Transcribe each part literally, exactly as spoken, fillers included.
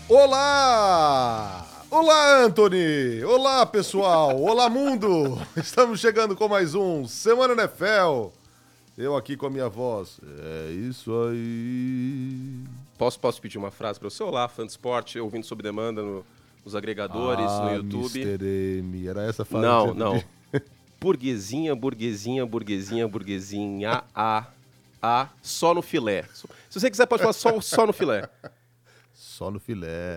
Olá! Olá, Anthony! Olá, pessoal! Olá, mundo! Estamos chegando com mais um Semana N F L. Eu aqui com a minha voz. É isso aí. Posso, posso pedir uma frase para você? Olá, fã de esporte, ouvindo sob demanda no, nos agregadores, ah, no YouTube. mister M. Era essa frase Não, que você não. pediu? Burguesinha, burguesinha, burguesinha, burguesinha, a, a, só no filé. Se você quiser, pode falar só, só no filé. Só no filé.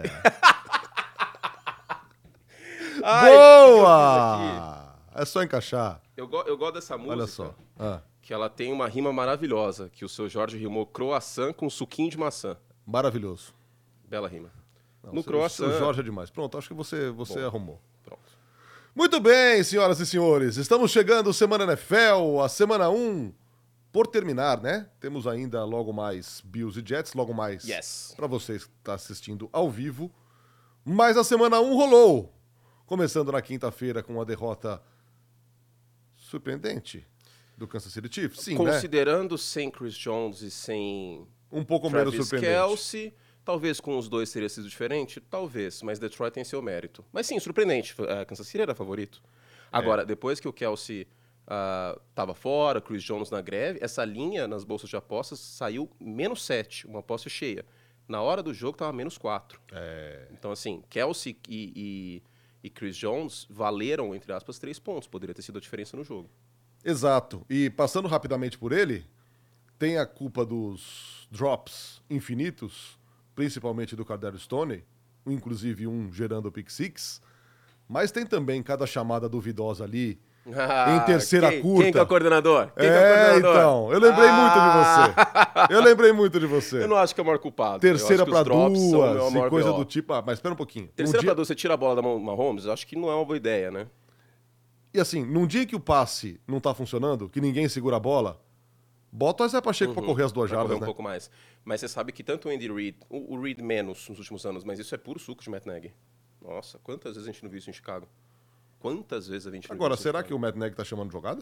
Ai, Boa! É só encaixar. Eu, go, eu gosto dessa música. Olha só. Ah, Que ela tem uma rima maravilhosa, que o seu Jorge rimou croissant com suquinho de maçã. maravilhoso. Bela rima. Não, no seu, croissant... seu Jorge é demais. Pronto, acho que você, você Bom. arrumou. Pronto. Muito bem, senhoras e senhores. Estamos chegando Semana N F L, a Semana um por terminar, né? Temos ainda logo mais Bills e Jets, logo mais Yes. para vocês que estão assistindo ao vivo. Mas a Semana um rolou. Começando na quinta-feira com uma derrota surpreendente do Kansas City Chiefs. Sim, Considerando né? sem Chris Jones e sem Um pouco Travis menos surpreendente. Kelce, talvez com os dois teria sido diferente, talvez, mas Detroit tem seu mérito. Mas sim, surpreendente, uh, Kansas City era favorito. Agora, é. depois que o Kelce estava uh, fora, Chris Jones na greve, essa linha nas bolsas de apostas saiu menos sete, uma aposta cheia. Na hora do jogo estava menos quatro. É. Então, assim, Kelce e, e, e Chris Jones valeram, entre aspas, três pontos. Poderia ter sido a diferença no jogo. Exato. E passando rapidamente por ele, tem a culpa dos drops infinitos, principalmente do Kadarius Toney, inclusive um gerando pick six, mas tem também cada chamada duvidosa ali, Ah, em terceira quem, curta. Quem que é o coordenador? Quem é, que é o coordenador? então, eu lembrei ah! muito de você. Eu lembrei muito de você. Eu não acho que é o maior culpado. Terceira pra duas e coisa do tipo... Ah, mas espera um pouquinho. Terceira um dia... pra duas, você tira a bola da mão do Mahomes, eu acho que não é uma boa ideia, né? E assim, num dia que o passe não tá funcionando, que ninguém segura a bola, bota o Zé Pacheco uhum, pra correr as duas jardas, correr um né? pouco mais. Mas você sabe que tanto o Andy Reid, o, o Reid menos nos últimos anos, mas isso é puro suco de Matt Nagy. Nossa, quantas vezes a gente não viu isso em Chicago? Quantas vezes a gente não Agora, viu isso será que o Matt Nagy tá chamando de jogada?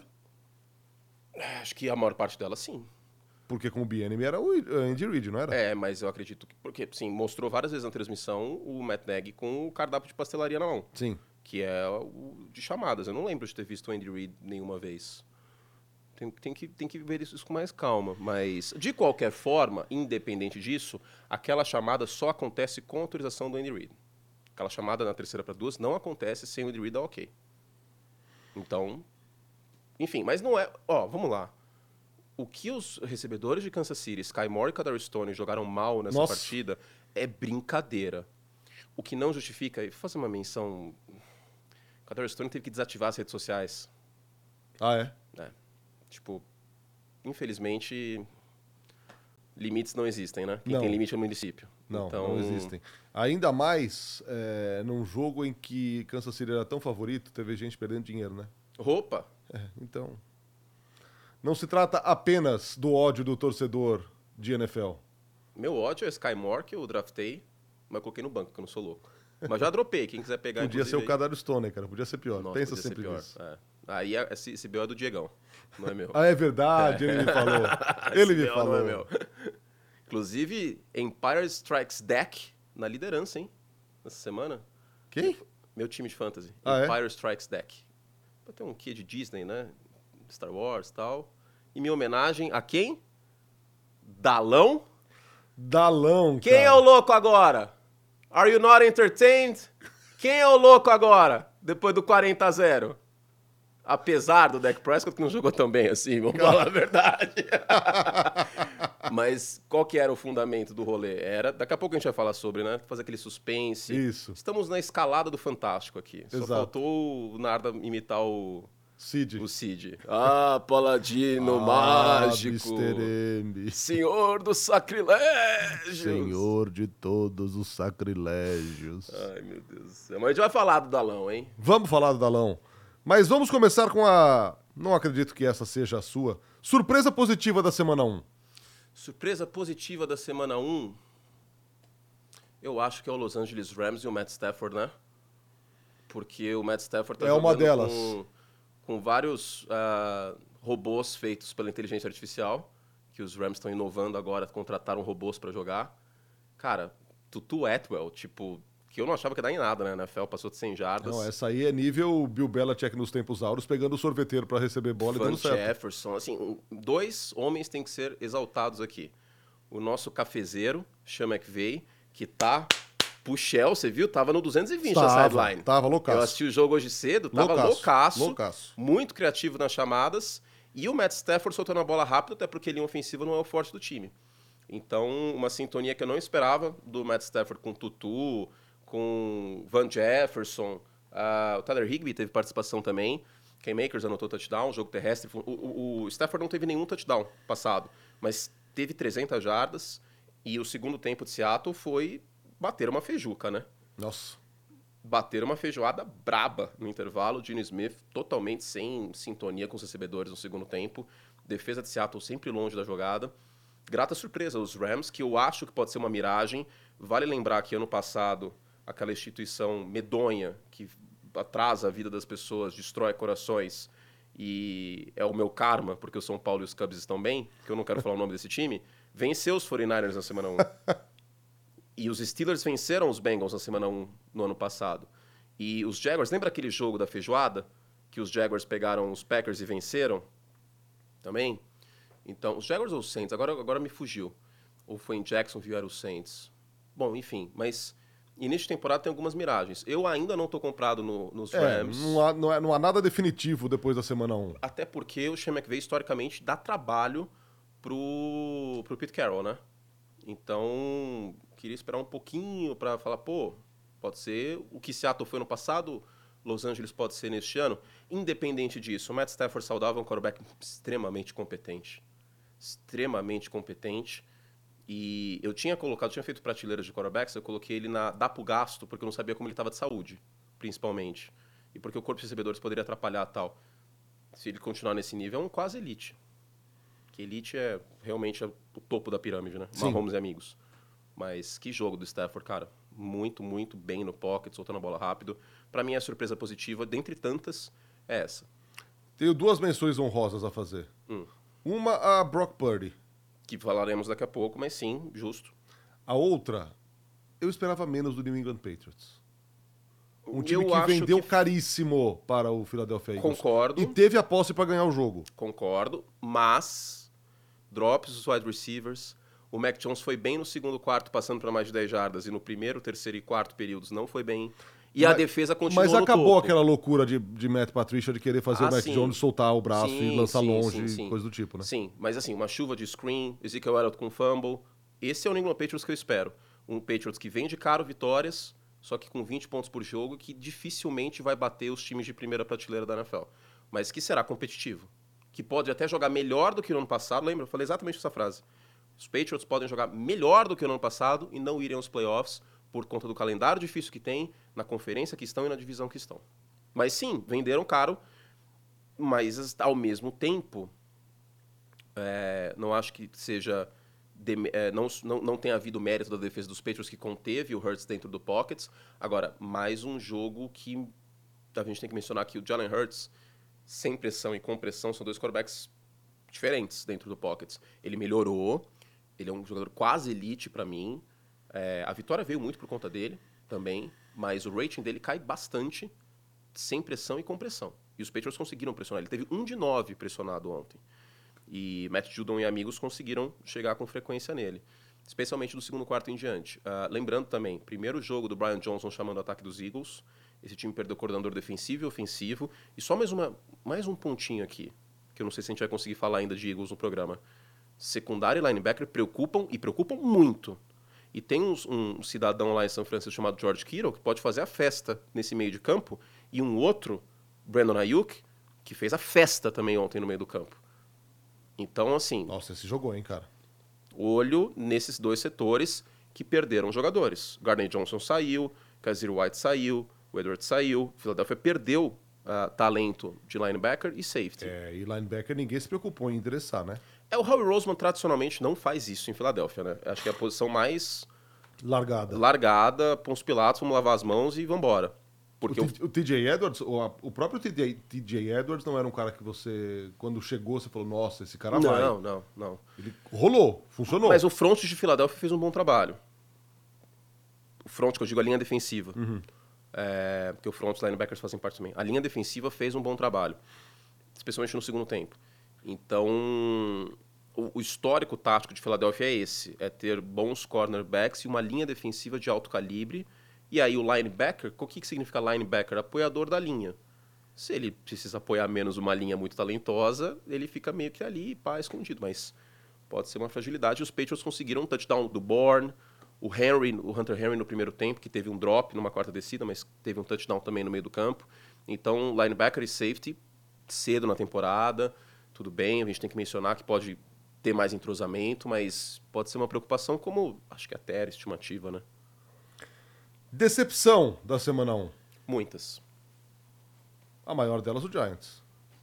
Acho que a maior parte dela, sim. Porque com o B N M era o Andy Reid, não era? É, mas eu acredito que... Porque, sim, mostrou várias vezes na transmissão o Matt Nagy com o cardápio de pastelaria na mão. Sim. Que é o de chamadas. Eu não lembro de ter visto o Andy Reid nenhuma vez. Tem, tem, que, tem que ver isso com mais calma. Mas, de qualquer forma, independente disso, aquela chamada só acontece com autorização do Andy Reid. Aquela chamada na terceira para duas não acontece sem o Andy Reid dar ok. Então, enfim, mas não é... Ó, vamos lá. O que os recebedores de Kansas City, Sky Moore e Kadarius Toney jogaram mal nessa Nossa. partida é brincadeira. O que não justifica... E vou fazer uma menção... Kadarius Toney teve que desativar as redes sociais. Ah, é? É. Tipo, infelizmente, limites não existem, né? Quem não. tem limite é o município. Não, então... não existem. Ainda mais é, num jogo em que Kansas City era tão favorito, teve gente perdendo dinheiro, né? Roupa? É, então... Não se trata apenas do ódio do torcedor de N F L. Meu ódio é Sky Moore, que eu draftei, mas coloquei no banco, porque eu não sou louco. Mas já dropei, quem quiser pegar... Podia ser o Kadarius Toney, cara. Podia ser pior. Nossa, Pensa podia sempre ser pior. nisso. É. Aí esse, esse B O é do Diegão, não é meu. Ah, é verdade, ele me falou. Ele me falou. Não é meu. Inclusive, Empire Strikes Deck na liderança, hein? Nessa semana. Quem? Meu time de fantasy. Ah, Empire é? Strikes Deck. Vai ter um quê de Disney, né? Star Wars e tal. E minha homenagem a quem? Dalão? Dalão, Quem cara. é o louco agora? Are you not entertained? Quem é o louco agora? Depois do quarenta a zero. Apesar do Dak Prescott, que não jogou tão bem assim, vamos falar a verdade. Mas qual que era o fundamento do rolê? Era, daqui a pouco a gente vai falar sobre, né? Fazer aquele suspense. Isso. Estamos na escalada do Fantástico aqui. Só Exato. faltou o Narda imitar o... Cid. O Cid. Ah, Paladino ah, mágico. mister M. Senhor dos sacrilégios. Senhor de todos os sacrilégios. Ai, meu Deus do céu. Mas a gente vai falar do Dalão, hein? Vamos falar do Dalão. Mas vamos começar com a... Não acredito que essa seja a sua. Surpresa positiva da semana um. Surpresa positiva da semana um. Eu acho que é o Los Angeles Rams e o Matt Stafford, né? Porque o Matt Stafford tá é uma delas. Com, com vários uh, robôs feitos pela inteligência artificial, que os Rams estão inovando agora, contrataram robôs para jogar. Cara, Tutu Atwell, tipo, que eu não achava que ia dar em nada, né? Na N F L passou de cem jardas. Não, essa aí é nível Bill Belichick nos tempos áureos, pegando o sorveteiro para receber bola Van e dando certo. Jefferson, assim, um, dois homens têm que ser exaltados aqui. O nosso cafezeiro, Sean McVay, que tá... Puxel, você viu? Tava no duzentos e vinte Tava, na sideline. Tava loucaço. Eu assisti o jogo hoje cedo, tava Loucaço, loucaço, loucaço. muito criativo nas chamadas. E o Matt Stafford soltando a bola rápido, até porque a linha ofensiva não é o forte do time. Então, uma sintonia que eu não esperava do Matt Stafford com Tutu, com Van Jefferson. Uh, o Tyler Higbee teve participação também. Ken Makers anotou touchdown, jogo terrestre. O, o, o Stafford não teve nenhum touchdown passado, mas teve trezentas jardas. E o segundo tempo de Seattle foi... bater uma feijuca, né? Nossa. Bater uma feijoada braba no intervalo. Geno Smith totalmente sem sintonia com os recebedores no segundo tempo. Defesa de Seattle sempre longe da jogada. Grata surpresa, os Rams, que eu acho que pode ser uma miragem. Vale lembrar que ano passado, aquela instituição medonha que atrasa a vida das pessoas, destrói corações, e é o meu karma, porque o São Paulo e os Cubs estão bem, que eu não quero falar o nome desse time, venceu os quarenta e ners na semana um. E os Steelers venceram os Bengals na semana um no ano passado. E os Jaguars, lembra aquele jogo da feijoada? Que os Jaguars pegaram os Packers e venceram? Também? Então, os Jaguars ou os Saints? Agora, agora me fugiu. Ou foi em Jacksonville, era os Saints. Bom, enfim, mas início de temporada tem algumas miragens. Eu ainda não estou comprado no, nos É, Rams. não há, não, é, não há nada definitivo depois da semana um. Até porque o Sean McVay, historicamente, dá trabalho pro, pro Pete Carroll, né? Então, queria esperar um pouquinho para falar, pô, pode ser o que Seattle foi no passado, Los Angeles pode ser neste ano. Independente disso, o Matt Stafford saudável é um quarterback extremamente competente. Extremamente competente. E eu tinha colocado, tinha feito prateleiras de quarterbacks, eu coloquei ele na dá pro gasto, porque eu não sabia como ele estava de saúde, principalmente. E porque o corpo de recebedores poderia atrapalhar tal. Se ele continuar nesse nível, é um quase elite. Que elite é realmente o topo da pirâmide, né? Sim. Mahomes e amigos. Mas que jogo do Stafford, cara. Muito, muito bem no pocket, soltando a bola rápido. Pra mim, a surpresa positiva, dentre tantas, é essa. Tenho duas menções honrosas a fazer. Hum. Uma, a Brock Purdy. Que falaremos daqui a pouco, mas sim, justo. A outra, eu esperava menos do New England Patriots. Um time Eu que acho vendeu que- caríssimo para o Philadelphia Eagles. Concordo. E teve a posse para ganhar o jogo. Concordo, mas drops dos wide receivers. O Mac Jones foi bem no segundo quarto, passando para mais de dez jardas, e no primeiro, terceiro e quarto períodos não foi bem. E a Mas- defesa continuou Mas no acabou topo. aquela loucura de, de Matt Patricia de querer fazer Ah, o Mac sim. Jones soltar o braço Sim, e lançar sim, longe, sim, sim. coisa do tipo, né? Sim, mas assim, uma chuva de screen, Ezekiel Elliott com fumble. Esse é o New England Patriots que eu espero. Um Patriots que vende caro vitórias, só que com vinte pontos por jogo, que dificilmente vai bater os times de primeira prateleira da N F L. Mas que será competitivo. Que pode até jogar melhor do que no ano passado. Lembra? Eu falei exatamente essa frase. Os Patriots podem jogar melhor do que no ano passado e não irem aos playoffs por conta do calendário difícil que tem, na conferência que estão e na divisão que estão. Mas sim, venderam caro, mas ao mesmo tempo, é, não acho que seja... de- é, não, não, não tem havido mérito da defesa dos Patriots que conteve o Hurts dentro do pockets. Agora, mais um jogo que a gente tem que mencionar que o Jalen Hurts, sem pressão e com pressão, são dois quarterbacks diferentes dentro do pockets. Ele melhorou, ele é um jogador quase elite para mim. É, a vitória veio muito por conta dele também, mas o rating dele cai bastante sem pressão e com pressão. E os Patriots conseguiram pressionar. Ele teve um de nove pressionado ontem. E Matt Judon e amigos conseguiram chegar com frequência nele, especialmente do segundo quarto em diante. Uh, lembrando também, primeiro jogo do Brian Johnson chamando o ataque dos Eagles. Esse time perdeu coordenador defensivo e ofensivo. E só mais, uma, mais um pontinho aqui, que eu não sei se a gente vai conseguir falar ainda de Eagles no programa. Secundário e linebacker preocupam, e preocupam muito. E tem uns, um cidadão lá em São Francisco chamado George Kittle, que pode fazer a festa nesse meio de campo, e um outro, Brandon Ayuk, que fez a festa também ontem no meio do campo. Então, assim, Nossa, esse jogou, hein, cara? olho nesses dois setores que perderam jogadores. Gardner Johnson saiu, Kazir White saiu, o Edwards saiu, Philadelphia perdeu uh, talento de linebacker e safety. É, e linebacker ninguém se preocupou em endereçar, né? É, o Howie Roseman tradicionalmente não faz isso em Filadélfia, né? Acho que é a posição mais Largada. largada, Pons Pilatos, vamos lavar as mãos e vambora. Porque o, o, T- o T J Edwards, o, a- o próprio T J, T J Edwards não era um cara que você, quando chegou, você falou, nossa, esse cara vai. Não, não, não. Ele rolou, funcionou. Mas o front de Filadélfia fez um bom trabalho. o front, que eu digo a linha defensiva, uhum. é, porque o front, os linebackers fazem parte também. A linha defensiva fez um bom trabalho, especialmente no segundo tempo. Então, o, o histórico tático de Filadélfia é esse, é ter bons cornerbacks e uma linha defensiva de alto calibre. E aí o linebacker, o que, que significa linebacker? Apoiador da linha. Se ele precisa apoiar menos uma linha muito talentosa, ele fica meio que ali, pá, escondido. Mas pode ser uma fragilidade. Os Patriots conseguiram um touchdown do Bourne, o Henry, o Hunter Henry no primeiro tempo, que teve um drop numa quarta descida, mas teve um touchdown também no meio do campo. Então, linebacker e safety, cedo na temporada, tudo bem. A gente tem que mencionar que pode ter mais entrosamento, mas pode ser uma preocupação como, acho que até era estimativa, né? Decepção da semana um. Muitas. A maior delas, o Giants.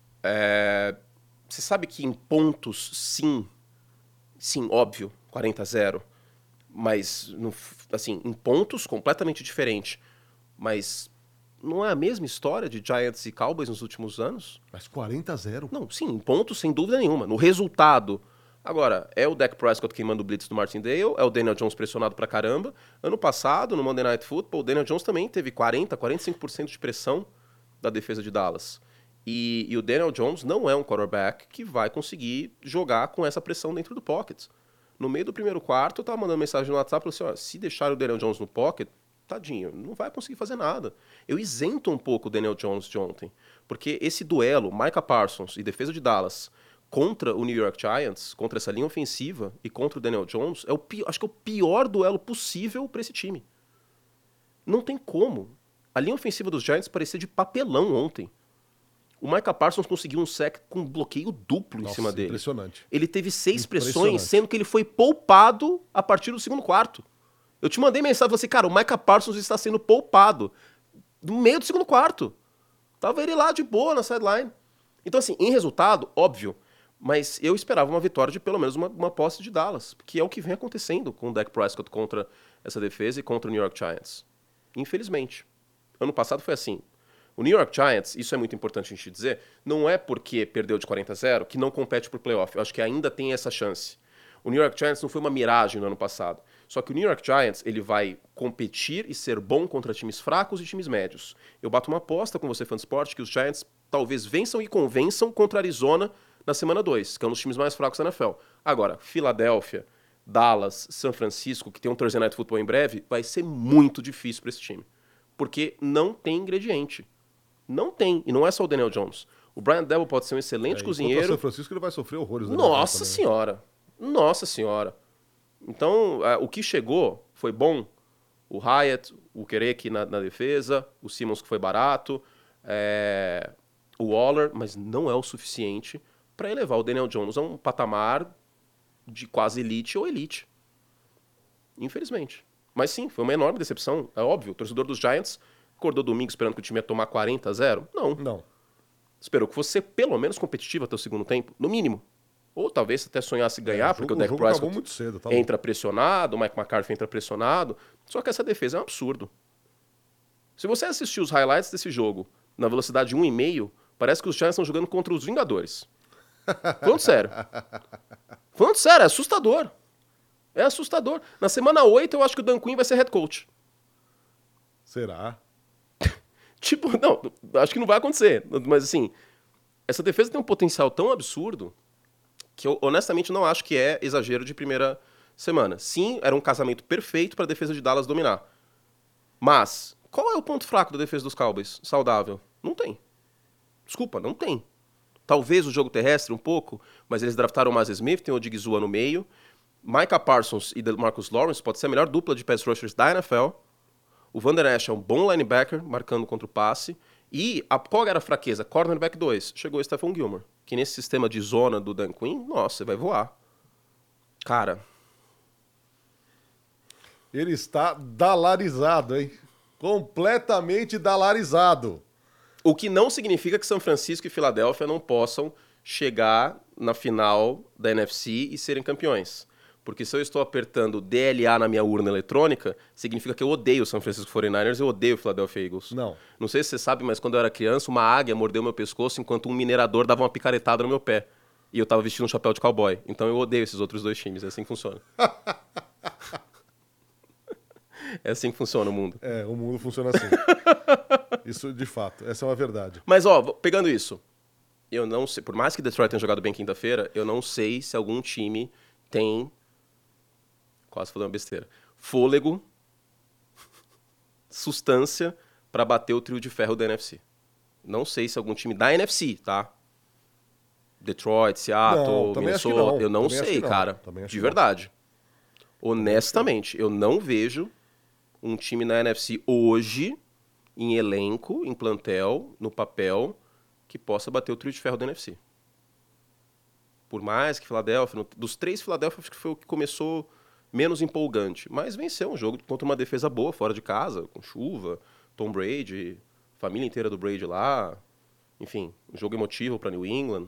É, você sabe que em pontos, sim, sim, óbvio, quarenta a zero, mas, no, assim, em pontos completamente diferente. Mas não é a mesma história de Giants e Cowboys nos últimos anos? Mas quarenta a zero? Não, sim, em pontos, sem dúvida nenhuma. No resultado... Agora, é o Dak Prescott queimando o blitz do Martindale, é o Daniel Jones pressionado pra caramba. Ano passado, no Monday Night Football, o Daniel Jones também teve quarenta, quarenta e cinco por cento de pressão da defesa de Dallas. E, e o Daniel Jones não é um quarterback que vai conseguir jogar com essa pressão dentro do pocket. No meio do primeiro quarto, eu tava mandando mensagem no WhatsApp, falei assim, ó, se deixar o Daniel Jones no pocket, tadinho, não vai conseguir fazer nada. Eu isento um pouco o Daniel Jones de ontem, porque esse duelo, Micah Parsons e defesa de Dallas, contra o New York Giants, contra essa linha ofensiva e contra o Daniel Jones, é o pior, acho que é o pior duelo possível para esse time. Não tem como. A linha ofensiva dos Giants parecia de papelão ontem. O Micah Parsons conseguiu um sack com bloqueio duplo Nossa, em cima dele. Impressionante. Ele teve seis pressões, sendo que ele foi poupado a partir do segundo quarto. Eu te mandei mensagem e falei assim, cara, o Micah Parsons está sendo poupado no meio do segundo quarto. Tava ele lá de boa na sideline. Então, assim, em resultado, óbvio, mas eu esperava uma vitória de pelo menos uma, uma posse de Dallas, que é o que vem acontecendo com o Dak Prescott contra essa defesa e contra o New York Giants. Infelizmente. Ano passado foi assim. O New York Giants, isso é muito importante a gente dizer, não é porque perdeu de quarenta a zero que não compete por playoff. Eu acho que ainda tem essa chance. O New York Giants não foi uma miragem no ano passado. Só que o New York Giants, ele vai competir e ser bom contra times fracos e times médios. Eu bato uma aposta com você, fã de esporte, que os Giants talvez vençam e convençam contra a Arizona na semana dois, que é um dos times mais fracos da N F L. Agora, Filadélfia, Dallas, São Francisco, que tem um Thursday Night Football em breve, vai ser muito difícil para esse time. Porque não tem ingrediente. Não tem. E não é só o Daniel Jones. O Brian Daboll pode ser um excelente é, cozinheiro. São Francisco ele vai sofrer horrores. Nossa senhora. Nossa senhora. Então, uh, o que chegou foi bom. O Hyatt, o Kerek na, na defesa, o Simmons que foi barato, é, o Waller, mas não é o suficiente para elevar o Daniel Jones a um patamar de quase elite ou elite. Infelizmente. Mas sim, foi uma enorme decepção. É óbvio, o torcedor dos Giants acordou domingo esperando que o time ia tomar quarenta a zero? Não. Não. Esperou que fosse pelo menos competitivo até o segundo tempo, no mínimo. Ou talvez até sonhasse ganhar, é, o porque jogo, o Dak Prescott muito cedo, tá entra pressionado, o Mike McCarthy entra pressionado. Só que essa defesa é um absurdo. Se você assistir os highlights desse jogo na velocidade um e meio, parece que os Giants estão jogando contra os Vingadores. Falando sério. Falando sério, é assustador. É assustador. Na semana oito, eu acho que o Dan Quinn vai ser head coach. Será? Tipo, não, acho que não vai acontecer. Mas assim, essa defesa tem um potencial tão absurdo que eu honestamente não acho que é exagero de primeira semana. Sim, era um casamento perfeito para a defesa de Dallas dominar. Mas, qual é o ponto fraco da defesa dos Cowboys? Saudável? Não tem. Desculpa, não tem. Talvez o jogo terrestre um pouco, mas eles draftaram o Maz Smith, tem o Odigizua no meio. Micah Parsons e Marcus Lawrence pode ser a melhor dupla de pass rushers da N F L. O Van Der Esch é um bom linebacker, marcando contra o passe. E a, qual era a fraqueza? Cornerback dois. Chegou o Stephon Gilmore, que nesse sistema de zona do Dan Quinn, nossa, você vai voar. Cara. Ele está dalarizado, hein? Completamente dalarizado. O que não significa que São Francisco e Filadélfia não possam chegar na final da N F C e serem campeões. Porque se eu estou apertando D L A na minha urna eletrônica, significa que eu odeio o San Francisco forty-niners e eu odeio o Philadelphia Eagles. Não. Não sei se você sabe, mas quando eu era criança, uma águia mordeu meu pescoço enquanto um minerador dava uma picaretada no meu pé. E eu tava vestindo um chapéu de cowboy. Então eu odeio esses outros dois times, é assim que funciona. É assim que funciona o mundo. É, o mundo funciona assim. Isso, de fato, essa é uma verdade. Mas, ó, pegando isso, eu não sei, por mais que Detroit tenha jogado bem quinta-feira, eu não sei se algum time tem, quase falei uma besteira, fôlego, substância para bater o trio de ferro da N F C. Não sei se algum time da N F C, tá? Detroit, Seattle, Não, também acho que não. Minnesota, eu não Também acho sei, que não. cara, Também acho de que verdade. Honestamente, eu não vejo um time na N F C hoje, em elenco, em plantel, no papel, que possa bater o trio de ferro da N F C. Por mais que Philadelphia, no- dos três, Philadelphia acho que foi o que começou menos empolgante, mas venceu um jogo contra uma defesa boa, fora de casa, com chuva, Tom Brady, família inteira do Brady lá, enfim, um jogo emotivo para New England.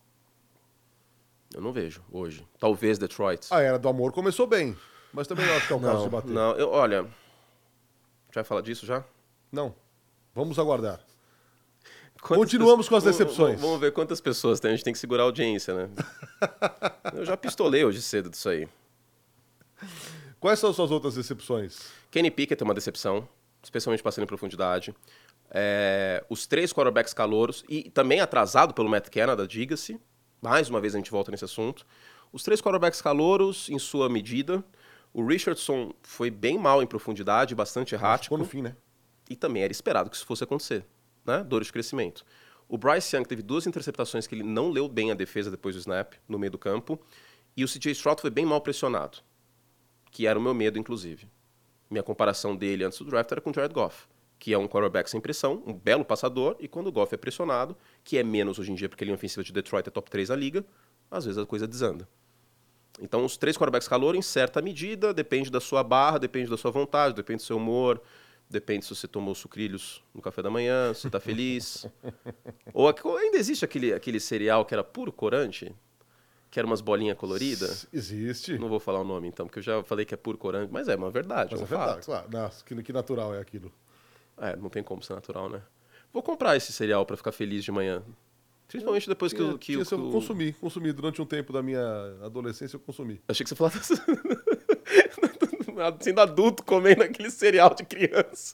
Eu não vejo hoje. Talvez Detroit. A Era do Amor começou bem, mas também não acho que é o caso de bater. Não, eu, olha, a gente vai falar disso já? Não. Vamos aguardar. Quantas Continuamos pessoas- com as vamos- decepções. Vamos, vamos ver quantas pessoas tem. A gente tem que segurar a audiência, né? Eu já pistolei hoje cedo disso aí. Quais são as suas outras decepções? Kenny Pickett é uma decepção, especialmente passando em profundidade. É, os três quarterbacks calouros, e também atrasado pelo Matt Canada, diga-se. Mais uma vez a gente volta nesse assunto. Os três quarterbacks calouros, em sua medida. O Richardson foi bem mal em profundidade, bastante errático. Ficou no fim, né? E também era esperado que isso fosse acontecer, né? Dores de crescimento. O Bryce Young teve duas interceptações que ele não leu bem a defesa depois do snap, no meio do campo. E o C J Stroud foi bem mal pressionado, que era o meu medo, inclusive. Minha comparação dele antes do draft era com o Jared Goff, que é um quarterback sem pressão, um belo passador, e quando o Goff é pressionado, que é menos hoje em dia porque a linha ofensiva de Detroit é top três da liga, às vezes a coisa desanda. Então, os três quarterbacks calor, em certa medida, depende da sua barra, depende da sua vontade, depende do seu humor, depende se você tomou sucrilhos no café da manhã, se você tá feliz. Ou aqu- ainda existe aquele, aquele cereal que era puro corante, que era umas bolinhas coloridas. Existe. Não vou falar o nome, então, porque eu já falei que é puro corante, mas é uma verdade, Mas é um é verdade, fato. claro. Nossa, que, que natural é aquilo. É, não tem como ser natural, né? Vou comprar esse cereal pra ficar feliz de manhã. Principalmente depois que, Tinha- o- que, tinha- o- que eu o- consumi, consumi. Durante um tempo da minha adolescência, eu consumi. Achei que você falava sendo adulto comendo aquele cereal de criança.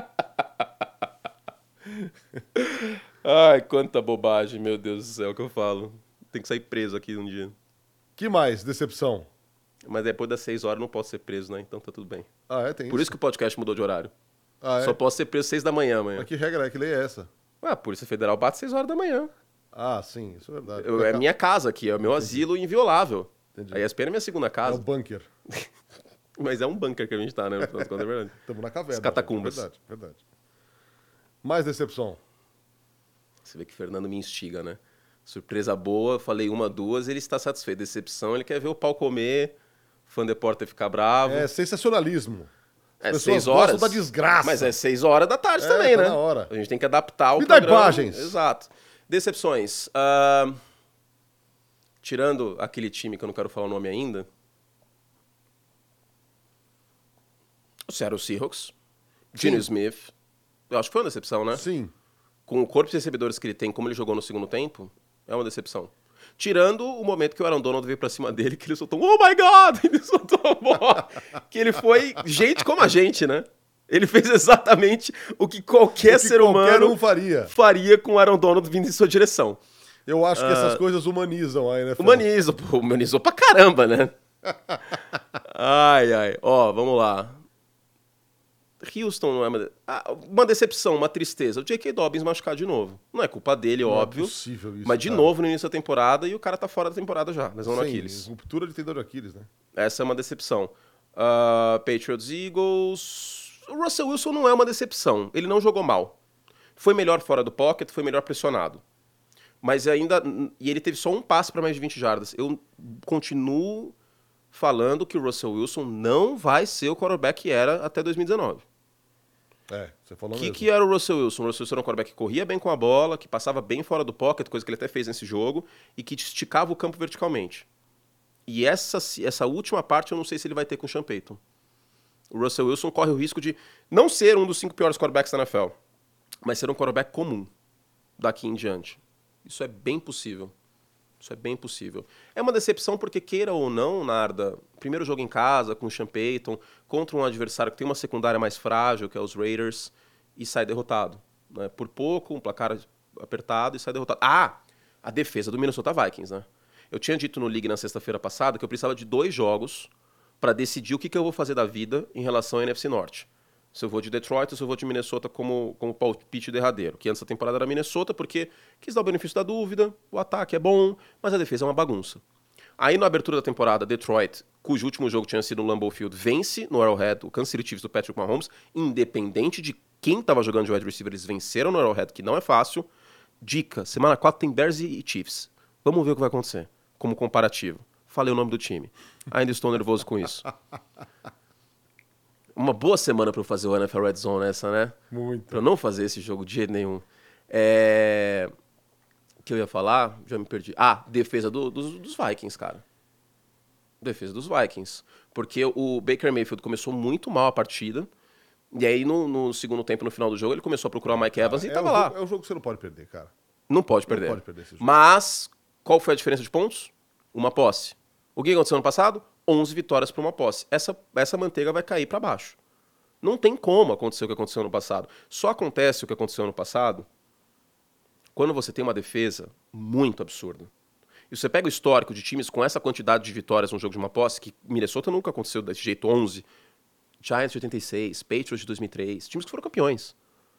Ai, quanta bobagem, meu Deus do céu, que eu falo. Tem que sair preso aqui um dia. Que mais? Decepção. Mas depois das seis horas eu não posso ser preso, né? Então tá tudo bem. Ah, é? Tem Por isso que o podcast mudou de horário. Ah, é? Só posso ser preso seis da manhã amanhã. Mas que regra é? Que lei é essa? Ué, a Polícia Federal bate seis horas da manhã. Ah, sim, isso é verdade. Eu- é minha casa aqui, é o meu asilo inviolável. Entendi. A E S P N é minha segunda É casa. o bunker. Mas é um bunker que a gente tá, né? No final das contas, é verdade. Estamos na caverna. As catacumbas. Verdade, verdade. Mais decepção. Você vê que o Fernando me instiga, né? Surpresa boa, falei uma, duas, ele está satisfeito. Decepção, ele quer ver o pau comer, fã de Porter ficar bravo. É sensacionalismo. É As pessoas seis horas. gostam da desgraça. Mas é seis horas da tarde É, também, tá né? na hora. A gente tem que adaptar o Me dá programa. imagens. Exato. Decepções. Ah, tirando aquele time que eu não quero falar o nome ainda. O Seattle Seahawks. Geno Smith. Eu acho que foi uma decepção, né? Sim. Com o corpo de recebedores que ele tem, como ele jogou no segundo tempo, é uma decepção. Tirando o momento que o Aaron Donald veio pra cima dele, que ele soltou um "Oh my God!" Ele soltou a bola. Que ele foi gente como a gente, né? Ele fez exatamente o que qualquer O que ser qualquer humano um faria. faria com o Aaron Donald vindo em sua direção. Eu acho que essas coisas humanizam a N F L. Humaniza, pô, humanizou pra caramba, né? Ai, ai. Ó, vamos lá. Houston não é uma, de- ah, uma decepção, uma tristeza. O J K. Dobbins machucar de novo. Não é culpa dele, Não óbvio. É possível isso, mas de cara. novo no início da temporada e o cara tá fora da temporada já, lesão no Sim, Aquiles. ruptura de tendão de Aquiles, né? Essa é uma decepção. Ah, Patriots, Eagles... O Russell Wilson não é uma decepção. Ele não jogou mal. Foi melhor fora do pocket, foi melhor pressionado. Mas ainda... E ele teve só um passe para mais de vinte jardas. Eu continuo falando que o Russell Wilson não vai ser o quarterback que era até dois mil e dezenove. É, você falou O que, mesmo. que era o Russell Wilson? O Russell Wilson era um quarterback que corria bem com a bola, que passava bem fora do pocket, coisa que ele até fez nesse jogo, e que esticava o campo verticalmente. E essa, essa última parte eu não sei se ele vai ter com o Sean Payton. O Russell Wilson corre o risco de não ser um dos cinco piores quarterbacks da N F L, mas ser um quarterback comum daqui em diante. Isso é bem possível. Isso é bem possível. É uma decepção porque, queira ou não, Narda, primeiro jogo em casa, com o Sean Payton, contra um adversário que tem uma secundária mais frágil, que é os Raiders, e sai derrotado. Né? Por pouco, um placar apertado e sai derrotado. Ah! A defesa do Minnesota Vikings, né? Eu tinha dito no League na sexta-feira passada que eu precisava de dois jogos para decidir o que, que eu vou fazer da vida em relação à N F C Norte. Se eu vou de Detroit ou se eu vou de Minnesota como, como palpite derradeiro. Que antes da temporada era Minnesota porque quis dar o benefício da dúvida, o ataque é bom, mas a defesa é uma bagunça. Aí na abertura da temporada, Detroit, cujo último jogo tinha sido no Lambeau Field, vence no Arrowhead o Kansas City Chiefs do Patrick Mahomes, independente de quem estava jogando de wide receiver, eles venceram no Arrowhead, que não é fácil. Dica, semana quatro tem Bears e Chiefs. Vamos ver o que vai acontecer, como comparativo. Falei o nome do time. Ainda estou nervoso com isso. Uma boa semana para eu fazer o N F L Red Zone essa, né? Muito. Para eu não fazer esse jogo de jeito nenhum. É... O que eu ia falar? Já me perdi. Ah, defesa do, dos, dos Vikings, cara. Defesa dos Vikings. Porque o Baker Mayfield começou muito mal a partida. E aí, no, no segundo tempo, no final do jogo, ele começou a procurar o Mike Cara, Evans e é tava o lá. jogo, é o jogo que você não pode perder, cara. Não pode perder. Não pode perder esse jogo. Mas, qual foi a diferença de pontos? Uma posse. O que aconteceu no passado? onze vitórias para uma posse. Essa, essa manteiga vai cair para baixo. Não tem como acontecer o que aconteceu no passado. Só acontece o que aconteceu no passado quando você tem uma defesa muito absurda. E você pega o histórico de times com essa quantidade de vitórias no jogo de uma posse, que Minnesota nunca aconteceu desse jeito, onze. Giants de oitenta e seis, Patriots de dois mil e três, times que foram campeões.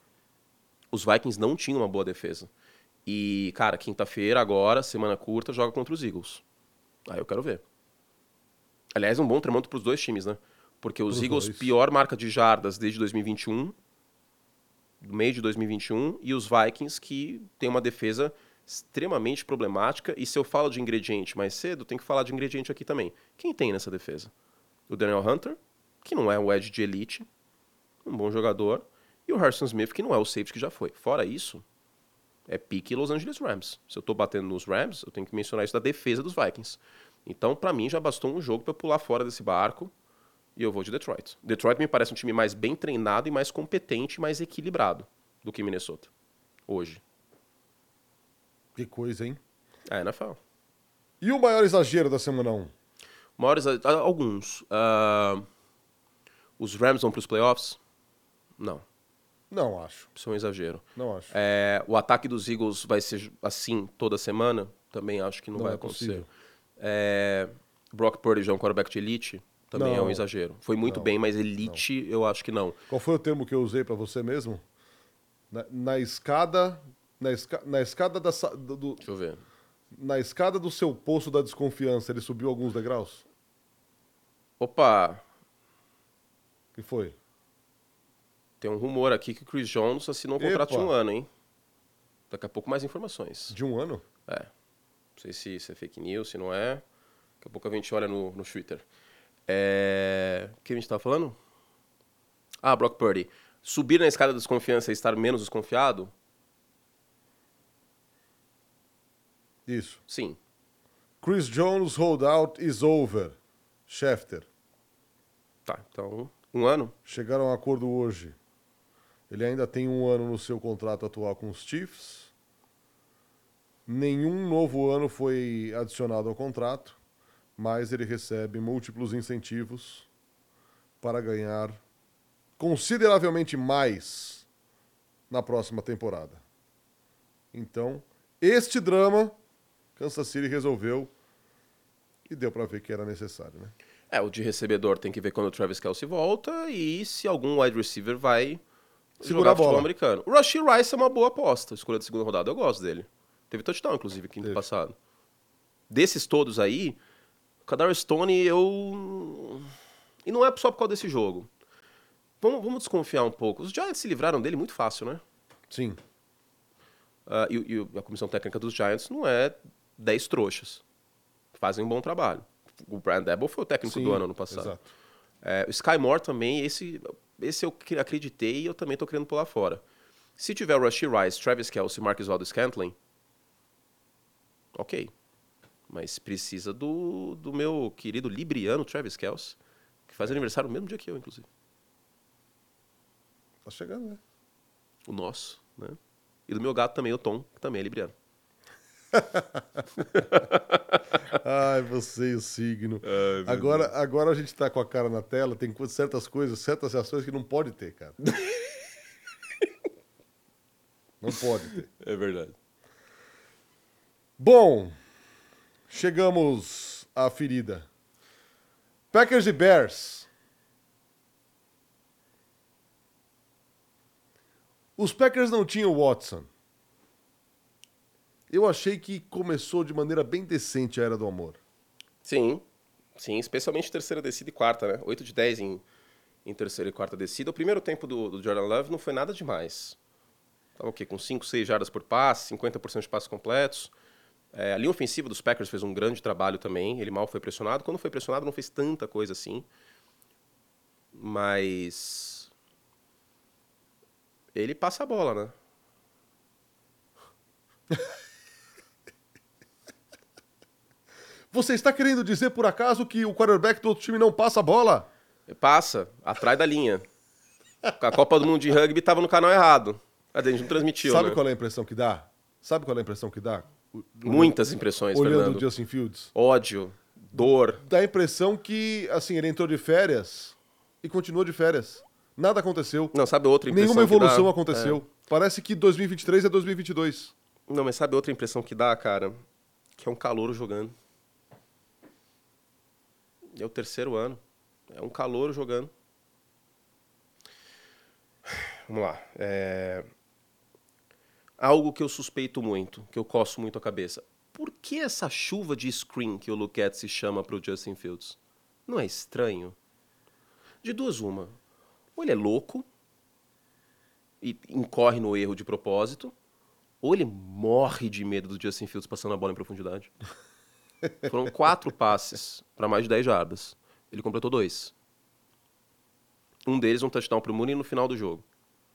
Os Vikings não tinham uma boa defesa. E, cara, quinta-feira, agora, semana curta, joga contra os Eagles. Aí eu quero ver. Aliás, um bom termômetro para os dois times, né? Porque os Pros Eagles, dois. pior marca de jardas desde dois mil e vinte e um, do meio de dois mil e vinte e um, e os Vikings, que tem uma defesa extremamente problemática. E se eu falo de ingrediente mais cedo, tem que falar de ingrediente aqui também. Quem tem nessa defesa? O Daniel Hunter, que não é um edge de elite, um bom jogador, e o Harrison Smith, que não é o safety que já foi. Fora isso, é pique Los Angeles Rams. Se eu tô batendo nos Rams, eu tenho que mencionar isso da defesa dos Vikings. Então, para mim, já bastou um jogo para pular fora desse barco e eu vou de Detroit. Detroit me parece um time mais bem treinado e mais competente e mais equilibrado do que Minnesota, hoje. Que coisa, hein? É, N F L. E o maior exagero da semana um? Maiores, alguns. Uh, os Rams vão para os playoffs? Não. Não acho. Isso é um exagero. Não acho. É, o ataque dos Eagles vai ser assim toda semana? Também acho que não, Não vai é acontecer. possível. É, Brock Purdy já é um quarterback de elite? Também é um Não. exagero. Foi muito Não. bem, mas elite eu acho que não. Qual foi o termo que eu usei pra você mesmo? Na, na escada... Na, esca, na escada da... sa- Do, do- Deixa eu ver. na escada do seu poço da desconfiança, ele subiu alguns degraus? Opa, Que foi? tem um rumor aqui que o Chris Jones assinou um contrato Epa. de um ano, hein? Daqui a pouco mais informações. De um ano? É. Não sei se isso é fake news, se não é. Daqui a pouco a gente olha no, no Twitter. É... O que a gente estava falando? Ah, Brock Purdy. Subir na escada da desconfiança e estar menos desconfiado? Isso. Sim. Chris Jones holdout is over. Schefter. Tá, então, um ano? Chegaram a um acordo hoje. Ele ainda tem um ano no seu contrato atual com os Chiefs. Nenhum novo ano foi adicionado ao contrato, mas ele recebe múltiplos incentivos para ganhar consideravelmente mais na próxima temporada. Então, este drama, Kansas City resolveu e deu para ver que era necessário, né? É, o de recebedor tem que ver quando o Travis Kelce volta e se algum wide receiver vai Segurar jogar a bola. futebol americano. O Rashee Rice é uma boa aposta, escolha de segunda rodada, eu gosto dele. Teve touchdown, inclusive, quinto Teve. passado. Desses todos aí, o Kadarius Toney, eu... E não é só por causa desse jogo. Vamos, vamos desconfiar um pouco. Os Giants se livraram dele muito fácil, né? Sim. Uh, e, e a comissão técnica dos Giants não é dez trouxas. Fazem um bom trabalho. O Brian Daboll foi o técnico Sim, do ano ano passado. exato. É, o Sky Moore também, esse, esse eu cre- acreditei e eu também estou querendo pular fora. Se tiver o Rashee Rice, Travis Kelce e Marcus Valdes-Scantling, ok. Mas precisa do, do meu querido libriano Travis Kelce, que faz aniversário no mesmo dia que eu, inclusive. Tá chegando, né? O nosso, né? E do meu gato também, o Tom, que também é libriano. Ai, você e o signo. Ai, agora, agora a gente tá com a cara na tela, tem certas coisas, certas ações que não pode ter, cara. Não pode ter. É verdade. Bom, chegamos à ferida. Packers e Bears. Os Packers não tinham o Watson. Eu achei que começou de maneira bem decente a Era do Amor. Sim, sim, especialmente terceira descida e quarta, né? oito de dez em, em terceira e quarta descida. O primeiro tempo do, do Jordan Love não foi nada demais. Tava o quê? Com cinco, seis jardas por passe, cinquenta por cento de passes completos. É, a linha ofensiva dos Packers fez um grande trabalho também. Ele mal foi pressionado. Quando foi pressionado, não fez tanta coisa assim. Mas ele passa a bola, né? Você está querendo dizer, por acaso, que o quarterback do outro time não passa a bola? Passa, atrás da linha. A Copa do Mundo de Rugby estava no canal errado. A gente não transmitiu, Sabe né? qual é a impressão que dá? Sabe qual é a impressão que dá? Muitas impressões, Olhando Fernando. o Justin Fields. Ódio, dor. Dá a impressão que, assim, ele entrou de férias e continuou de férias. Nada aconteceu. Não, sabe outra impressão Nenhuma evolução que dá? aconteceu. É. Parece que dois mil e vinte e três é dois mil e vinte e dois. Não, mas sabe outra impressão que dá, cara? Que é um calouro jogando. É o terceiro ano. É um calouro jogando. Vamos lá. É... Algo que eu suspeito muito, que eu coço muito a cabeça. Por que essa chuva de screen que o Luquette se chama pro Justin Fields? Não é estranho? De duas, uma. Ou ele é louco e incorre no erro de propósito, ou ele morre de medo do Justin Fields passando a bola em profundidade. Foram quatro passes para mais de dez jardas. Ele completou dois. Um deles um touchdown pro Mooney no final do jogo.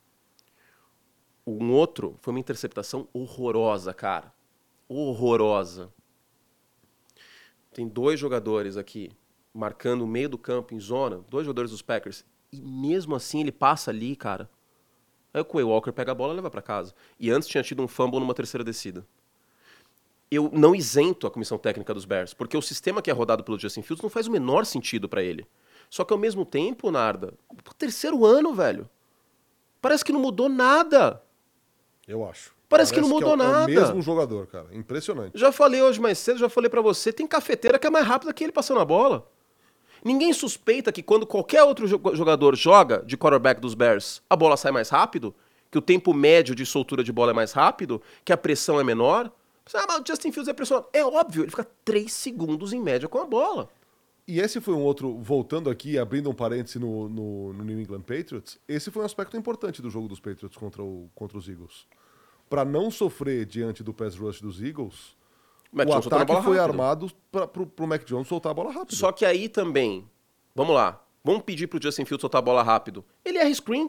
Um outro foi uma interceptação horrorosa, cara. Horrorosa. Tem dois jogadores aqui marcando o meio do campo em zona, dois jogadores dos Packers, e mesmo assim ele passa ali, cara. Aí o Quay Walker pega a bola e leva pra casa. E antes tinha tido um fumble numa terceira descida. Eu não isento a comissão técnica dos Bears, porque o sistema que é rodado pelo Justin Fields não faz o menor sentido pra ele. Só que ao mesmo tempo, Narda, o terceiro ano, velho, parece que não mudou nada. Eu acho. Parece, Parece que não mudou que é o, nada. É o mesmo jogador, cara. Impressionante. Já falei hoje mais cedo, já falei pra você, tem cafeteira que é mais rápida que ele passando a bola. Ninguém suspeita que quando qualquer outro jogador joga de quarterback dos Bears, a bola sai mais rápido, que o tempo médio de soltura de bola é mais rápido, que a pressão é menor. Ah, mas o Justin Fields é pressionado. É óbvio, ele fica três segundos em média com a bola. E esse foi um outro, voltando aqui, abrindo um parêntese no, no, no New England Patriots, esse foi um aspecto importante do jogo dos Patriots contra, o, contra os Eagles. Para não sofrer diante do pass rush dos Eagles, Mac o Jones ataque foi rápido. armado para pro, pro Mac Jones soltar a bola rápido. Só que aí também, vamos lá, vamos pedir pro Justin Fields soltar a bola rápido. Ele erra screen.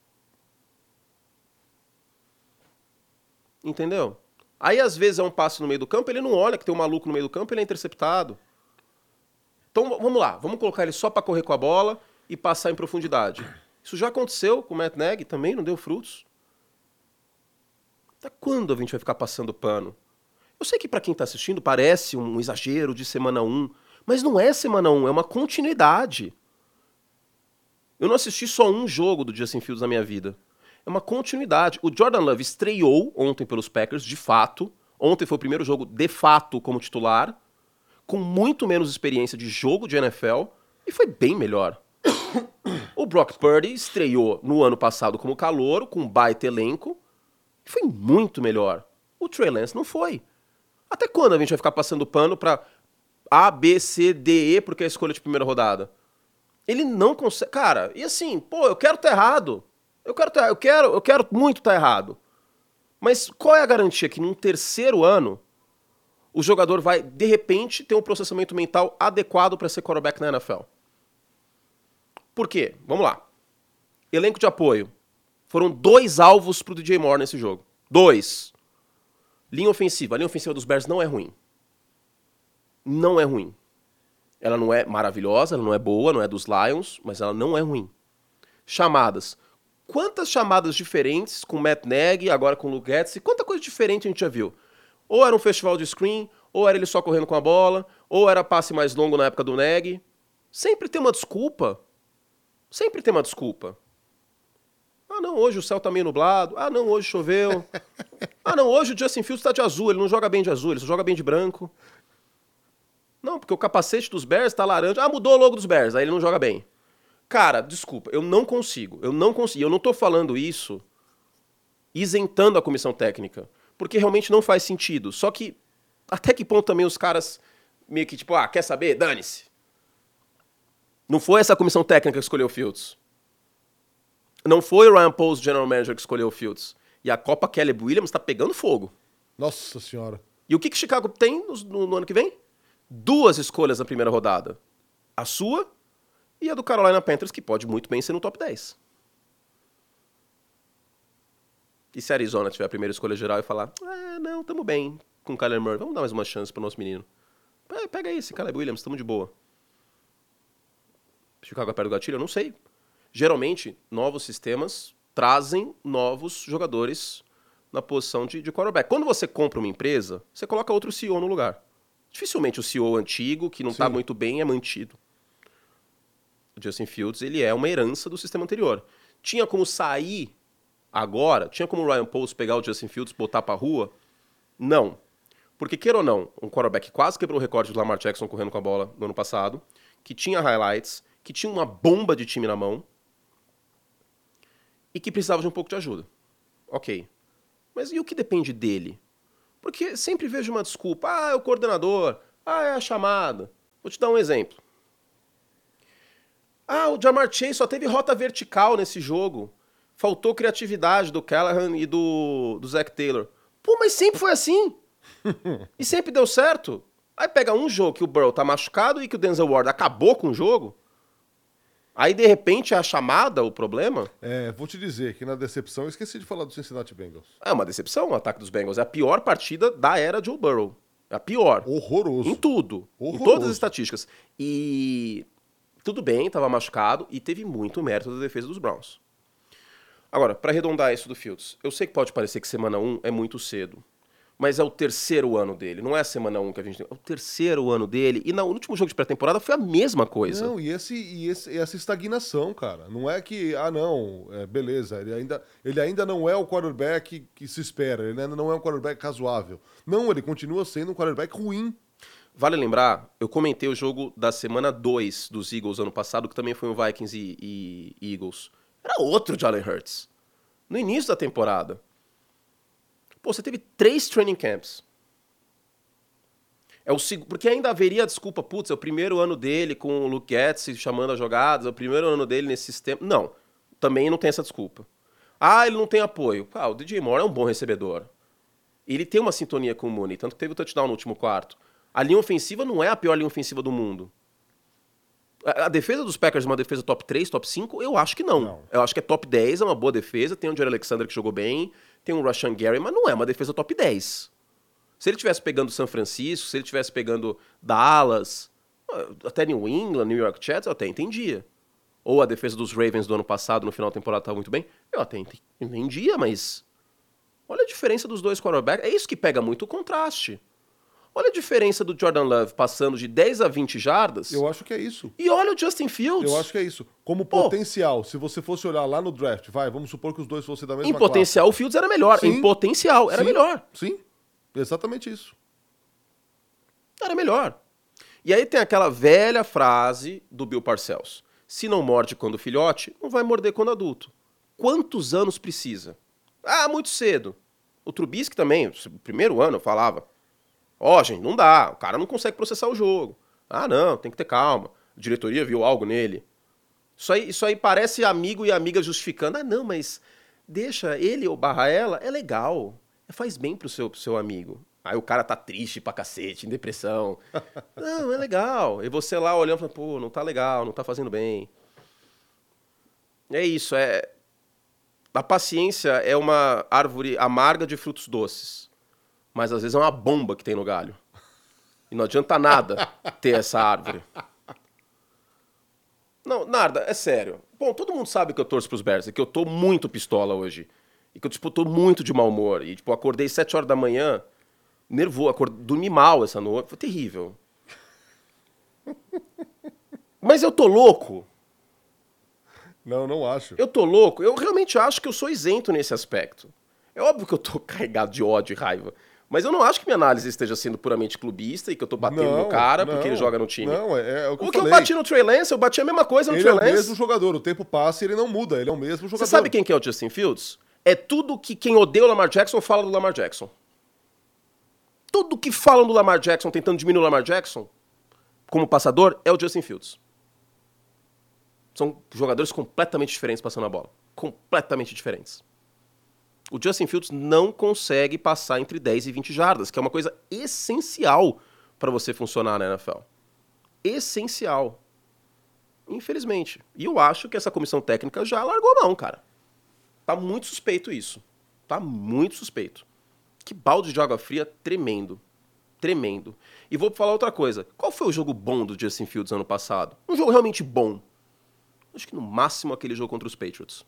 Entendeu? Aí às vezes é um passe no meio do campo, ele não olha que tem um maluco no meio do campo, ele é interceptado. Então vamos lá, vamos colocar ele só para correr com a bola e passar em profundidade. Isso já aconteceu com o Matt Nagy, também não deu frutos. Até quando a gente vai ficar passando pano? Eu sei que para quem tá assistindo parece um exagero de semana um, mas não é semana um, é uma continuidade. Eu não assisti só um jogo do Justin Fields na minha vida. É uma continuidade. O Jordan Love estreou ontem pelos Packers, de fato. Ontem foi o primeiro jogo, de fato, como titular, com muito menos experiência de jogo de N F L, e foi bem melhor. O Brock Purdy estreou no ano passado como calouro, com um baita elenco, e foi muito melhor. O Trey Lance não foi. Até quando a gente vai ficar passando pano pra A, B, C, D, E, porque é a escolha de primeira rodada? Ele não consegue... Cara, e assim, pô, eu quero estar errado. Eu quero, tá, eu quero, eu quero muito estar errado. Mas qual é a garantia que num terceiro ano o jogador vai, de repente, ter um processamento mental adequado para ser quarterback na N F L? Por quê? Vamos lá. Elenco de apoio. Foram dois alvos pro D J Moore nesse jogo. Dois. Linha ofensiva. A linha ofensiva dos Bears não é ruim. Não é ruim. Ela não é maravilhosa, ela não é boa, não é dos Lions, mas ela não é ruim. Chamadas. Quantas chamadas diferentes com o Matt Nagy, agora com o Luke Getz, quanta coisa diferente a gente já viu? Ou era um festival de screen, ou era ele só correndo com a bola, ou era passe mais longo na época do Neg. Sempre tem uma desculpa. Sempre tem uma desculpa. Ah, não, hoje o céu tá meio nublado. Ah, não, hoje choveu. Ah, não, hoje o Justin Fields tá de azul. Ele não joga bem de azul, ele só joga bem de branco. Não, porque o capacete dos Bears tá laranja. Ah, mudou o logo dos Bears, aí ele não joga bem. Cara, desculpa, eu não consigo. Eu não consigo. Eu não tô falando isso isentando a comissão técnica. Porque realmente não faz sentido. Só que, até que ponto também os caras meio que tipo, ah, quer saber? Dane-se. Não foi essa comissão técnica que escolheu o Fields. Não foi o Ryan Poles, general manager, que escolheu o Fields. E a Copa Caleb Williams tá pegando fogo. Nossa senhora. E o que que Chicago tem no, no, no ano que vem? Duas escolhas na primeira rodada. A sua e a do Carolina Panthers, que pode muito bem ser no top dez. E se a Arizona tiver a primeira escolha geral e falar, ah, não, tamo bem com o Kyler Murray, vamos dar mais uma chance pro nosso menino. Pega aí esse Caleb Williams, tamo de boa. Chicago aperta o gatilho? Eu não sei. Geralmente, novos sistemas trazem novos jogadores na posição de, de quarterback. Quando você compra uma empresa, você coloca outro C E O no lugar. Dificilmente o C E O antigo, que não está muito bem, é mantido. O Justin Fields, ele é uma herança do sistema anterior. Tinha como sair agora? Tinha como o Ryan Poles pegar o Justin Fields e botar pra rua? Não. Porque, queira ou não, um quarterback que quase quebrou o recorde do Lamar Jackson correndo com a bola no ano passado, que tinha highlights, que tinha uma bomba de time na mão e que precisava de um pouco de ajuda. Ok. Mas e o que depende dele? Porque sempre vejo uma desculpa. Ah, é o coordenador. Ah, é a chamada. Vou te dar um exemplo. Ah, o Ja'Marr Chase só teve rota vertical nesse jogo. Faltou criatividade do Callahan e do, do Zach Taylor. Pô, mas sempre foi assim. E sempre deu certo. Aí pega um jogo que o Burrow tá machucado e que o Denzel Ward acabou com o jogo. Aí, de repente, é a chamada o problema? É, vou te dizer que na decepção, eu esqueci de falar do Cincinnati Bengals. É uma decepção o ataque dos Bengals. É a pior partida da era Joe Burrow. É a pior. Horroroso. Em tudo. Horroroso. Em todas as estatísticas. E tudo bem, tava machucado e teve muito mérito da defesa dos Browns. Agora, para arredondar isso do Fields, eu sei que pode parecer que semana um é muito cedo. Mas é o terceiro ano dele, não é a semana um que a gente tem. É o terceiro ano dele. E no último jogo de pré-temporada foi a mesma coisa. Não, e, esse, e esse, essa estagnação, cara. Não é que, ah, não, é, beleza, ele ainda, ele ainda não é o quarterback que se espera, ele ainda não é um quarterback razoável. Não, ele continua sendo um quarterback ruim. Vale lembrar, eu comentei o jogo da semana dois dos Eagles ano passado, que também foi um Vikings e, e Eagles. Era outro Jalen Hurts. No início da temporada. Pô, você teve três training camps. É o seg... Porque ainda haveria a desculpa, putz, é o primeiro ano dele com o Luke Getz chamando as jogadas, é o primeiro ano dele nesse sistema. Não, também não tem essa desculpa. Ah, ele não tem apoio. Ah, o D J Moore é um bom recebedor. Ele tem uma sintonia com o Mooney, tanto que teve o touchdown no último quarto. A linha ofensiva não é a pior linha ofensiva do mundo. A defesa dos Packers é uma defesa top três, top cinco? Eu acho que não. não. Eu acho que é top dez, é uma boa defesa. Tem o Jair Alexander que jogou bem, tem o Rashan Gary, mas não é uma defesa top dez. Se ele estivesse pegando São Francisco, se ele estivesse pegando Dallas, até New England, New York Jets, eu até entendia. Ou a defesa dos Ravens do ano passado, no final da temporada, estava muito bem, eu até entendia, mas olha a diferença dos dois quarterbacks. É isso que pega muito o contraste. Olha a diferença do Jordan Love passando de dez a vinte jardas. Eu acho que é isso. E olha o Justin Fields. Eu acho que é isso. Como Pô. potencial, se você fosse olhar lá no draft, vai, vamos supor que os dois fossem da mesma Em potencial, classe. O Fields era melhor. Sim. Em potencial, era Sim. melhor. Sim, exatamente isso. Era melhor. E aí tem aquela velha frase do Bill Parcells. Se não morde quando filhote, não vai morder quando adulto. Quantos anos precisa? Ah, muito cedo. O Trubisky também, no primeiro ano, eu falava... Ó, oh, gente, não dá. O cara não consegue processar o jogo. Ah, não, tem que ter calma. A diretoria viu algo nele. Isso aí, isso aí parece amigo e amiga justificando. Ah, não, mas deixa ele ou barra ela, é legal. Faz bem pro seu, pro seu amigo. Aí o cara tá triste pra cacete, em depressão. Não, é legal. E você lá olhando e falando, pô, não tá legal, não tá fazendo bem. É isso, é... A paciência é uma árvore amarga de frutos doces. Mas às vezes é uma bomba que tem no galho. E não adianta nada ter essa árvore. Não, nada, é sério. Bom, todo mundo sabe que eu torço pros Bears, e que eu tô muito pistola hoje. E que eu, tipo, tô muito de mau humor. E, tipo, acordei sete horas da manhã Nervoso, acord... dormi mal essa noite. Foi terrível. Mas eu tô louco. Não, não acho. Eu tô louco. Eu realmente acho que eu sou isento nesse aspecto. É óbvio que eu tô carregado de ódio e raiva. Mas eu não acho que minha análise esteja sendo puramente clubista e que eu tô batendo Não, no cara não, porque ele joga no time. Não, é, é o que O eu que eu falei. bati no Trey Lance, eu bati a mesma coisa no Ele Trey é o Lance. mesmo jogador, o tempo passa e ele não muda, ele é o mesmo jogador. Você sabe quem que é o Justin Fields? É tudo que quem odeia o Lamar Jackson fala do Lamar Jackson. Tudo que falam do Lamar Jackson, tentando diminuir o Lamar Jackson, como passador, é o Justin Fields. São jogadores completamente diferentes passando a bola. Completamente diferentes. O Justin Fields não consegue passar entre dez e vinte jardas, que é uma coisa essencial para você funcionar na N F L. Essencial. Infelizmente. E eu acho que essa comissão técnica já largou a mão, cara. Tá muito suspeito isso. Tá muito suspeito. Que balde de água fria tremendo. Tremendo. E vou falar outra coisa. Qual foi o jogo bom do Justin Fields ano passado? Um jogo realmente bom. Acho que no máximo aquele jogo contra os Patriots.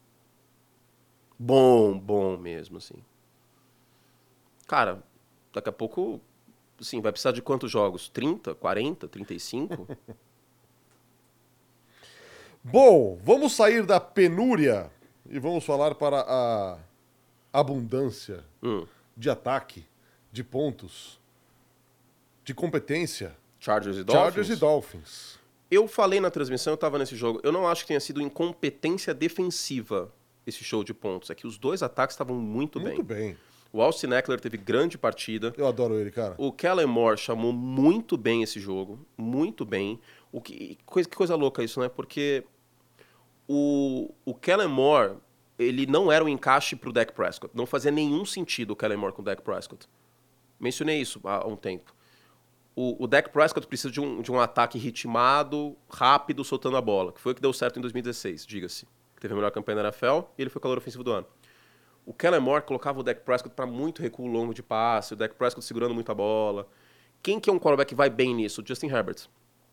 Bom, bom mesmo, assim. Cara, daqui a pouco, assim, vai precisar de quantos jogos? trinta, quarenta, trinta e cinco? Bom, vamos sair da penúria e vamos falar para a abundância hum. de ataque, de pontos, de competência. Chargers e Dolphins? Chargers e Dolphins. Eu falei na transmissão, eu tava nesse jogo, eu não acho que tenha sido incompetência defensiva esse show de pontos. É que os dois ataques estavam muito, Muito bem. bem. O Austin Eckler teve grande partida. Eu adoro ele, cara. O Kellen Moore chamou muito bem esse jogo. Muito bem. O que, coisa, que coisa louca isso, né? Porque o, o Kellen Moore, ele não era um encaixe pro Dak Prescott. Não fazia nenhum sentido o Kellen Moore com o Dak Prescott. Mencionei isso há um tempo. O, o Dak Prescott precisa de um, de um ataque ritmado, rápido, soltando a bola. Que foi o que deu certo em dois mil e dezesseis, diga-se. Que teve a melhor campanha da N F L e ele foi o calor ofensivo do ano. O Kellen Moore colocava o Dak Prescott para muito recuo longo de passe, o Dak Prescott segurando muita bola. Quem que é um quarterback que vai bem nisso? O Justin Herbert.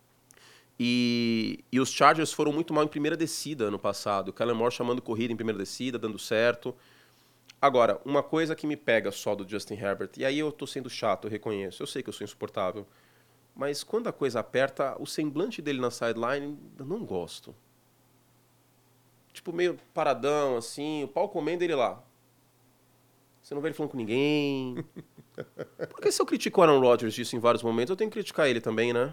E, e os Chargers foram muito mal em primeira descida ano passado. O Kellen Moore chamando corrida em primeira descida, dando certo. Agora, uma coisa que me pega só do Justin Herbert, e aí eu tô sendo chato, eu reconheço, eu sei que eu sou insuportável, mas quando a coisa aperta, o semblante dele na sideline, eu não gosto. Tipo, meio paradão, assim, o pau comendo ele lá. Você não vê ele falando com ninguém. Porque se eu critico o Aaron Rodgers disso em vários momentos, eu tenho que criticar ele também, né?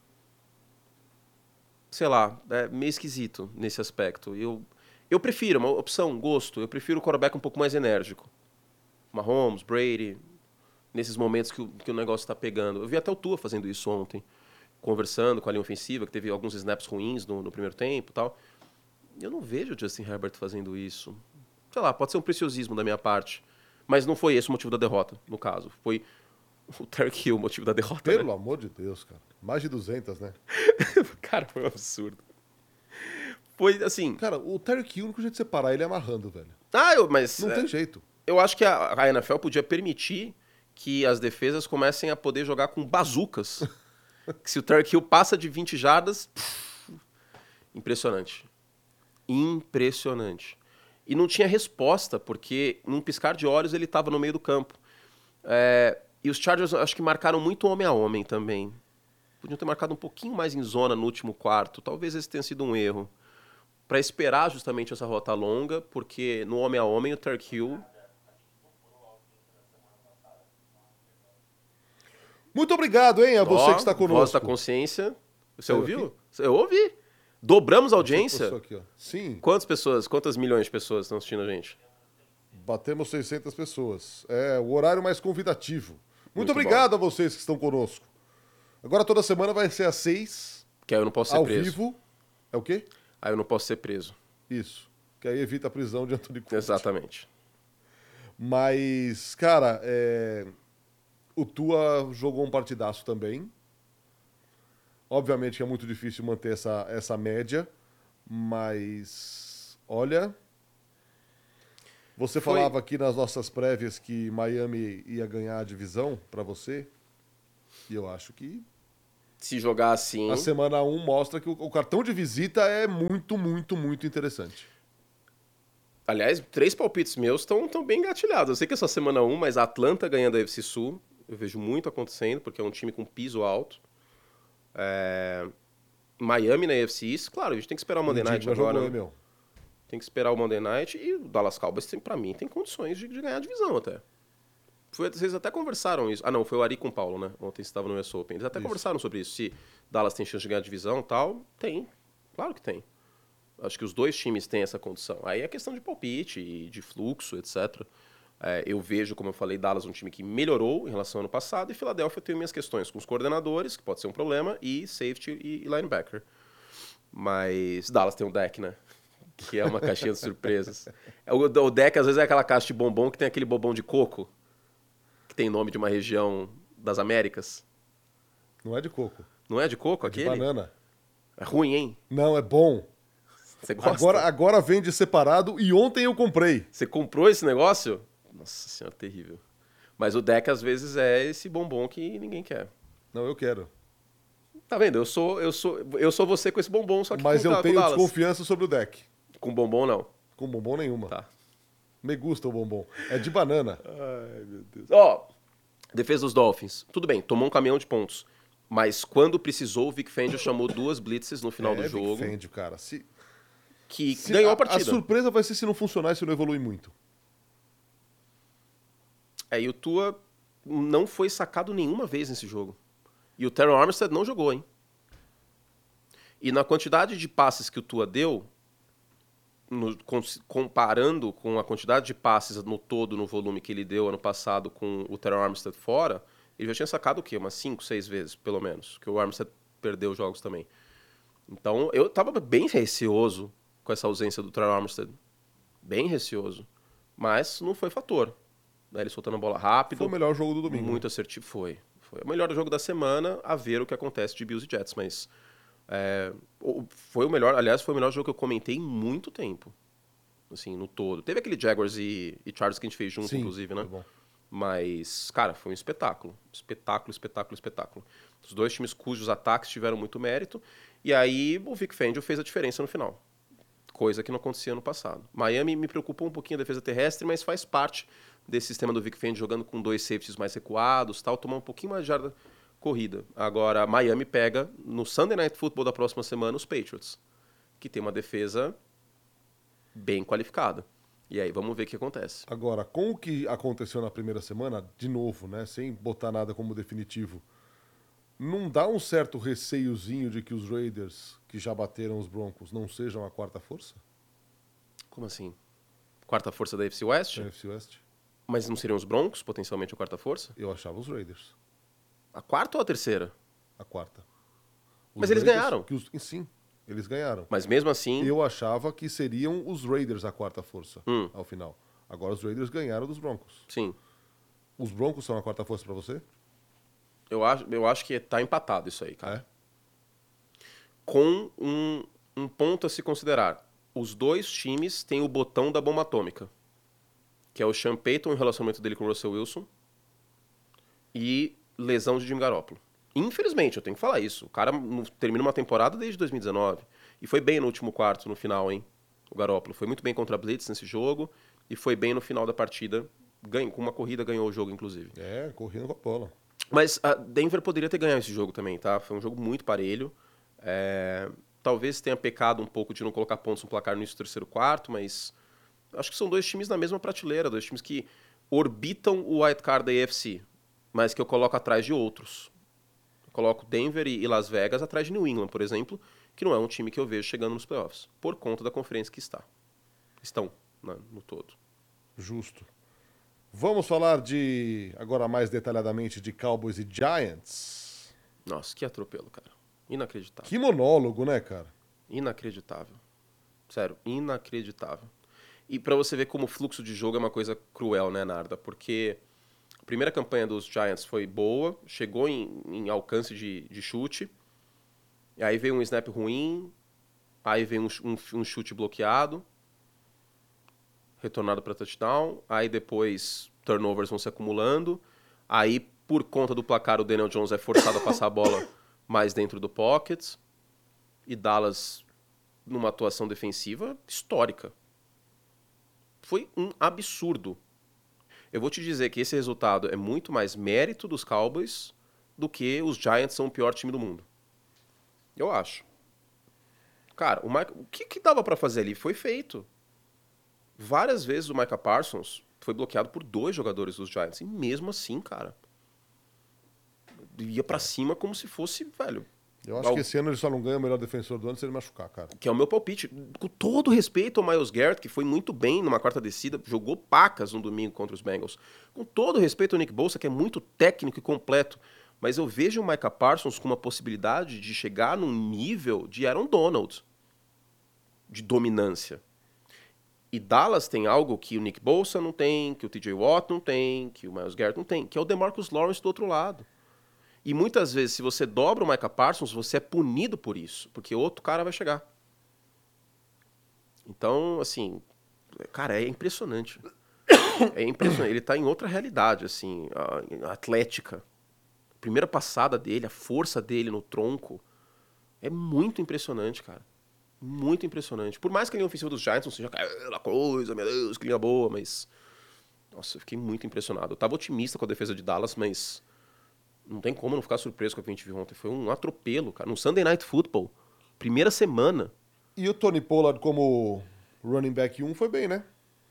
Sei lá, é meio esquisito nesse aspecto. Eu, eu prefiro, uma opção, gosto, eu prefiro o quarterback um pouco mais enérgico. Mahomes, Brady, nesses momentos que o, que o negócio tá pegando. Eu vi até o Tua fazendo isso ontem, conversando com a linha ofensiva, que teve alguns snaps ruins no, no primeiro tempo e tal. Eu não vejo o Justin Herbert fazendo isso. Sei lá, pode ser um preciosismo da minha parte. Mas não foi esse o motivo da derrota, no caso. Foi o Tyreek Hill o motivo da derrota. Pelo né? amor de Deus, cara. Mais de duzentas, né? Cara, foi um absurdo. Foi assim... Cara, o Tyreek Hill, o único jeito de separar ele é amarrando, velho. Ah, eu, mas... Não é, tem jeito. Eu acho que a, a N F L podia permitir que as defesas comecem a poder jogar com bazucas. Que se o Tyreek Hill passa de vinte jardas... Pff, impressionante. Impressionante. E não tinha resposta, porque num piscar de olhos ele estava no meio do campo. É, e os Chargers acho que marcaram muito homem a homem também. Podiam ter marcado um pouquinho mais em zona no último quarto. Talvez esse tenha sido um erro. Para esperar justamente essa rota longa, porque no homem a homem o Tyreek Hill... Muito obrigado, hein, a você Ó, que está Voz conosco. da consciência. Você Saiu ouviu? aqui? Eu ouvi. Dobramos a audiência. Passou aqui, ó. Sim, Quantas pessoas, quantas milhões de pessoas estão assistindo a gente? batemos seiscentas pessoas. É o horário mais convidativo. Muito, Muito obrigado a vocês que estão conosco. Agora toda semana vai ser às seis, Que aí eu não posso ser ao preso. vivo. É o quê? Aí eu não posso ser preso. Isso. Que aí evita a prisão de Antônio Conte. Exatamente. Mas, cara, é... o Tua jogou um partidaço também. Obviamente que é muito difícil manter essa, essa média, mas olha, você Foi... falava aqui nas nossas prévias que Miami ia ganhar a divisão para você, e eu acho que Se jogar assim... a semana um mostra que o, o cartão de visita é muito, muito, muito interessante. Aliás, três palpites meus estão tão bem engatilhados. Eu sei que é só semana um, mas a Atlanta ganhando a A F C Sul, Eu vejo muito acontecendo, porque é um time com piso alto. É... Miami na A F C East, claro, a gente tem que esperar o Monday Night agora. Jogou, né? hein, meu? Tem que esperar o Monday Night e o Dallas Cowboys, tem, pra mim, tem condições de, de ganhar a divisão até. Foi, vocês até conversaram isso. Ah, não, foi o Ari com o Paulo, né? Ontem você estava no U S Open. Eles até Isso. conversaram sobre isso. Se Dallas tem chance de ganhar a divisão e tal, tem. Claro que tem. Acho que os dois times têm essa condição. Aí é questão de palpite e de fluxo, etcétera. É, eu vejo, como eu falei, Dallas um time que melhorou em relação ao ano passado, e Filadélfia eu tenho minhas questões com os coordenadores, que pode ser um problema, e safety e, e linebacker. Mas Dallas tem um deck, né? Que é uma caixinha de surpresas. O, o deck, às vezes, é aquela caixa de bombom que tem aquele bombom de coco, que tem nome de uma região das Américas. Não é de coco. Não é de coco É aquele? de banana. É ruim, hein? Não, é bom. Você gosta? Agora, agora vende separado e ontem eu comprei. Você comprou esse negócio? Nossa senhora, terrível. Mas o deck, às vezes, é esse bombom que ninguém quer. Não, eu quero. Tá vendo? Eu sou, eu sou, eu sou você com esse bombom, só que Mas com, eu com tenho Dallas. desconfiança sobre o deck. Com bombom, não. Com bombom nenhuma. Tá. Me gusta o bombom. É de banana. Ai, meu Deus. Ó, defesa dos Dolphins. Tudo bem, tomou um caminhão de pontos. Mas quando precisou, o Vic Fangio chamou duas blitzes no final é, do jogo. Vic Fangio, cara. Se, Que se ganhou a, a partida. A surpresa vai ser se não funcionar e se não evoluir muito. É, e o Tua não foi sacado nenhuma vez nesse jogo. E o Terron Armstead não jogou, hein? E na quantidade de passes que o Tua deu, no, comparando com a quantidade de passes no todo, no volume que ele deu ano passado com o Terron Armstead fora, ele já tinha sacado o quê? Umas cinco, seis vezes, pelo menos. Que o Armstead perdeu jogos também. Então, eu tava bem receoso com essa ausência do Terron Armstead. Bem receoso. Mas não foi fator. Ele soltando a bola rápido. Foi o melhor jogo do domingo. Muito assertivo. Foi. Foi o melhor jogo da semana, a ver o que acontece de Bills e Jets. Mas é, foi o melhor, aliás, foi o melhor jogo que eu comentei em muito tempo. Assim, no todo. Teve aquele Jaguars e, e Chargers que a gente fez junto, Sim, inclusive, né? foi bom. Mas, cara, foi um espetáculo. Espetáculo, espetáculo, espetáculo. Os dois times cujos ataques tiveram muito mérito. E aí o Vic Fangio fez a diferença no final. Coisa que não acontecia no passado. Miami me preocupou um pouquinho a defesa terrestre, mas faz parte desse sistema do Vic Fangio jogando com dois safeties mais recuados, tal, tomar um pouquinho mais de jarda corrida. Agora, Miami pega no Sunday Night Football da próxima semana os Patriots, que tem uma defesa bem qualificada. E aí, vamos ver o que acontece. Agora, com o que aconteceu na primeira semana, de novo, né, sem botar nada como definitivo, não dá um certo receiozinho de que os Raiders, que já bateram os Broncos, não sejam a quarta força? Como assim? Quarta força da A F C West? Da A F C West? Mas não seriam os Broncos, potencialmente a quarta força? Eu achava os Raiders. A quarta ou a terceira? A quarta. Os Mas eles Raiders, ganharam. Que os, sim, eles ganharam. Mas mesmo assim... Eu achava que seriam os Raiders a quarta força, Hum. ao final. Agora os Raiders ganharam dos Broncos. Sim. Os Broncos são a quarta força pra você? Eu acho, eu acho que tá empatado isso aí, cara. É? Com um, um ponto a se considerar. Os dois times têm o botão da bomba atômica, que é o Sean Payton e o relacionamento dele com o Russell Wilson e lesão de Jimmy Garoppolo. Infelizmente, eu tenho que falar isso. O cara não termina uma temporada desde dois mil e dezenove. E foi bem no último quarto, no final, hein? O Garoppolo foi muito bem contra a Blitz nesse jogo e foi bem no final da partida. Ganho, com uma corrida ganhou o jogo, inclusive. É, correndo com a bola. Mas a Denver poderia ter ganhado esse jogo também, tá? Foi um jogo muito parelho. É... Talvez tenha pecado um pouco de não colocar pontos no placar no início do terceiro quarto, mas acho que são dois times na mesma prateleira, dois times que orbitam o wild card da A F C, mas que eu coloco atrás de outros. Eu coloco Denver e Las Vegas atrás de New England, por exemplo, que não é um time que eu vejo chegando nos playoffs, por conta da conferência que está. Estão, né, no todo. Justo. Vamos falar de, agora mais detalhadamente, de Cowboys e Giants. Nossa, que atropelo, cara. Inacreditável. Que monólogo, né, cara? Inacreditável. Sério, inacreditável. E pra você ver como o fluxo de jogo é uma coisa cruel, né, Narda? Porque a primeira campanha dos Giants foi boa, chegou em, em alcance de, de chute, e aí veio um snap ruim, aí veio um, um, um chute bloqueado, retornado para touchdown, aí depois turnovers vão se acumulando, aí por conta do placar o Daniel Jones é forçado a passar a bola mais dentro do pocket, e Dallas numa atuação defensiva histórica. Foi um absurdo. Eu vou te dizer que esse resultado é muito mais mérito dos Cowboys do que os Giants são o pior time do mundo. Eu acho. Cara, o, Mike, o que, que dava pra fazer ali foi feito. Várias vezes o Micah Parsons foi bloqueado por dois jogadores dos Giants. E mesmo assim, cara, ia pra cima como se fosse, velho... Eu acho que esse ano ele só não ganha o melhor defensor do ano se ele machucar, cara. Que é o meu palpite. Com todo respeito ao Myles Garrett, que foi muito bem numa quarta descida, jogou pacas no domingo contra os Bengals. Com todo respeito ao Nick Bosa, que é muito técnico e completo. Mas eu vejo o Micah Parsons com uma possibilidade de chegar num nível de Aaron Donald. De dominância. E Dallas tem algo que o Nick Bosa não tem, que o T J Watt não tem, que o Myles Garrett não tem, que é o DeMarcus Lawrence do outro lado. E muitas vezes, se você dobra o Micah Parsons, você é punido por isso, porque outro cara vai chegar. Então, assim, cara, é impressionante. É impressionante. Ele tá em outra realidade, assim, a atlética. A primeira passada dele, a força dele no tronco, é muito impressionante, cara. Muito impressionante. Por mais que a linha ofensiva dos Giants não seja aquela coisa, meu Deus, que linha boa, mas... Nossa, eu fiquei muito impressionado. Eu tava otimista com a defesa de Dallas, mas... Não tem como não ficar surpreso com o que a gente viu ontem. Foi um atropelo, cara. No Sunday Night Football. Primeira semana. E o Tony Pollard como running back um foi bem, né?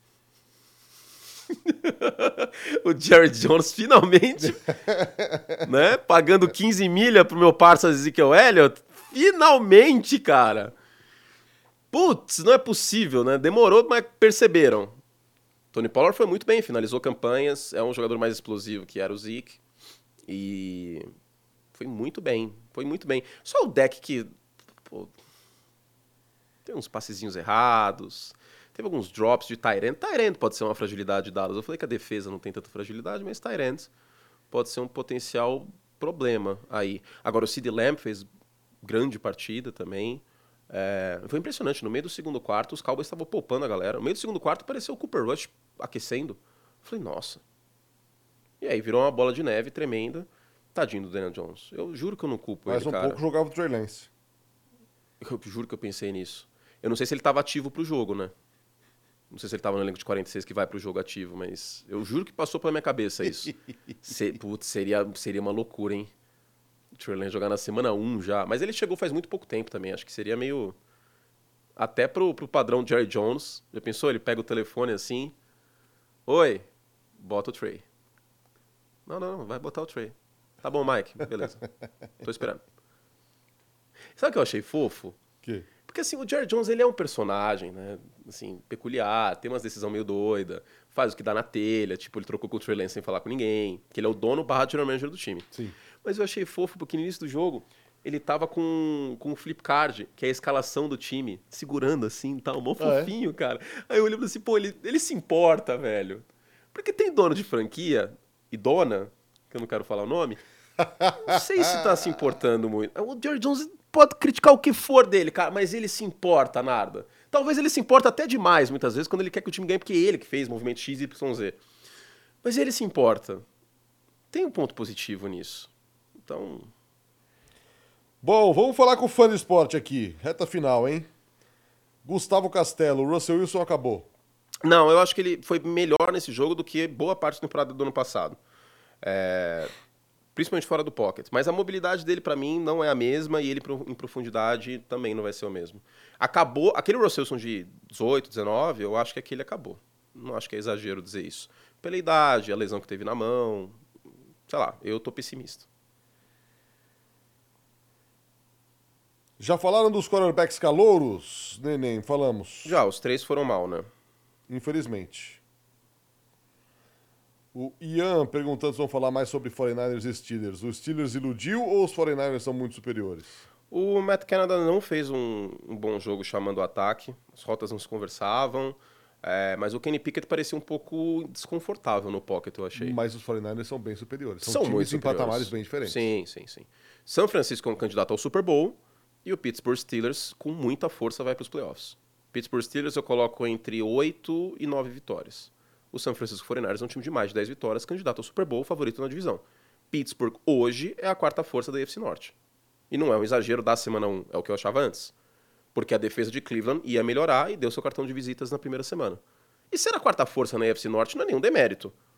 O Jerry Jones finalmente, né? Pagando quinze milha pro meu parça Ezekiel Elliott. Finalmente, cara. Putz, não é possível, né? Demorou, mas perceberam. Tony Pollard foi muito bem, finalizou campanhas. É um jogador mais explosivo que era o Zeke. E foi muito bem, foi muito bem. Só o deck que, pô, tem uns passezinhos errados, teve alguns drops de tight end. Tight end pode ser uma fragilidade de Dallas. Eu falei que a defesa não tem tanta fragilidade, mas tight end pode ser um potencial problema aí. Agora o CeeDee Lamb fez grande partida também. É, foi impressionante, no meio do segundo quarto os Cowboys estavam poupando a galera. No meio do segundo quarto apareceu o Cooper Rush aquecendo. Eu falei, nossa... E aí virou uma bola de neve tremenda. Tadinho do Daniel Jones. Eu juro que eu não culpo Mais ele, um cara. pouco jogava o Trey Lance. Eu juro que eu pensei nisso. Eu não sei se ele estava ativo pro jogo, né? Não sei se ele estava no elenco de quarenta e seis que vai pro jogo ativo, mas eu juro que passou pela minha cabeça isso. Se, putz, seria, seria uma loucura, hein? O Trey Lance jogar na semana um já. Mas ele chegou faz muito pouco tempo também. Acho que seria meio... Até pro, pro padrão Jerry Jones. Já pensou? Ele pega o telefone assim... Oi, bota o Trey. Não, não, vai botar o Trey. Tá bom, Mike, beleza. Tô esperando. Sabe o que eu achei fofo? Que? Porque assim, o Jerry Jones, ele é um personagem, né? Assim, peculiar, tem umas decisões meio doida, faz o que dá na telha, tipo, ele trocou com o Trey Lance sem falar com ninguém, que ele é o dono barra general manager do time. Sim. Mas eu achei fofo porque no início do jogo, ele tava com, com um flip card, que é a escalação do time, segurando assim, tal, mó fofinho, ah, é? Cara. Aí eu olhei assim, pô, ele, ele se importa, velho. Porque tem dono de franquia... E dona, que eu não quero falar o nome, não sei se tá se importando muito. O Jerry Jones pode criticar o que for dele, cara, mas ele se importa, Narda. Talvez ele se importa até demais, muitas vezes, quando ele quer que o time ganhe, porque é ele que fez movimento X Y Z. Mas ele se importa. Tem um ponto positivo nisso. Então... Bom, vamos falar com o fã de esporte aqui. Reta final, hein? Gustavo Castelo, o Russell Wilson acabou. Não, eu acho que ele foi melhor nesse jogo do que boa parte da temporada do ano passado. É... Principalmente fora do pocket. Mas a mobilidade dele, pra mim, não é a mesma e ele em profundidade também não vai ser o mesmo. Acabou... Aquele Russell Wilson de dezoito, dezenove, eu acho que aquele acabou. Não acho que é exagero dizer isso. Pela idade, a lesão que teve na mão... Sei lá, eu tô pessimista. Já falaram dos quarterbacks calouros, Neném? Falamos. Já, os três foram mal, né? Infelizmente. O Ian perguntando se vão falar mais sobre quarenta e nine ers e Steelers. Os Steelers iludiu ou os quarenta e nine ers são muito superiores? O Matt Canada não fez um, um bom jogo chamando o ataque. As rotas não se conversavam. É, mas o Kenny Pickett parecia um pouco desconfortável no pocket, eu achei. Mas os quarenta e nine ers são bem superiores. São, são times muito em superiores. patamares bem diferentes. Sim, sim, sim. São Francisco é um candidato ao Super Bowl e o Pittsburgh Steelers, com muita força, vai para os playoffs. Pittsburgh Steelers eu coloco entre oito e nove vitórias. O San Francisco quarenta e nine ers é um time de mais de dez vitórias, candidato ao Super Bowl, favorito na divisão. Pittsburgh hoje é a quarta força da A F C Norte. E não é um exagero da semana um, é o que eu achava antes. Porque a defesa de Cleveland ia melhorar e deu seu cartão de visitas na primeira semana. E ser a quarta força na A F C Norte não é nenhum demérito.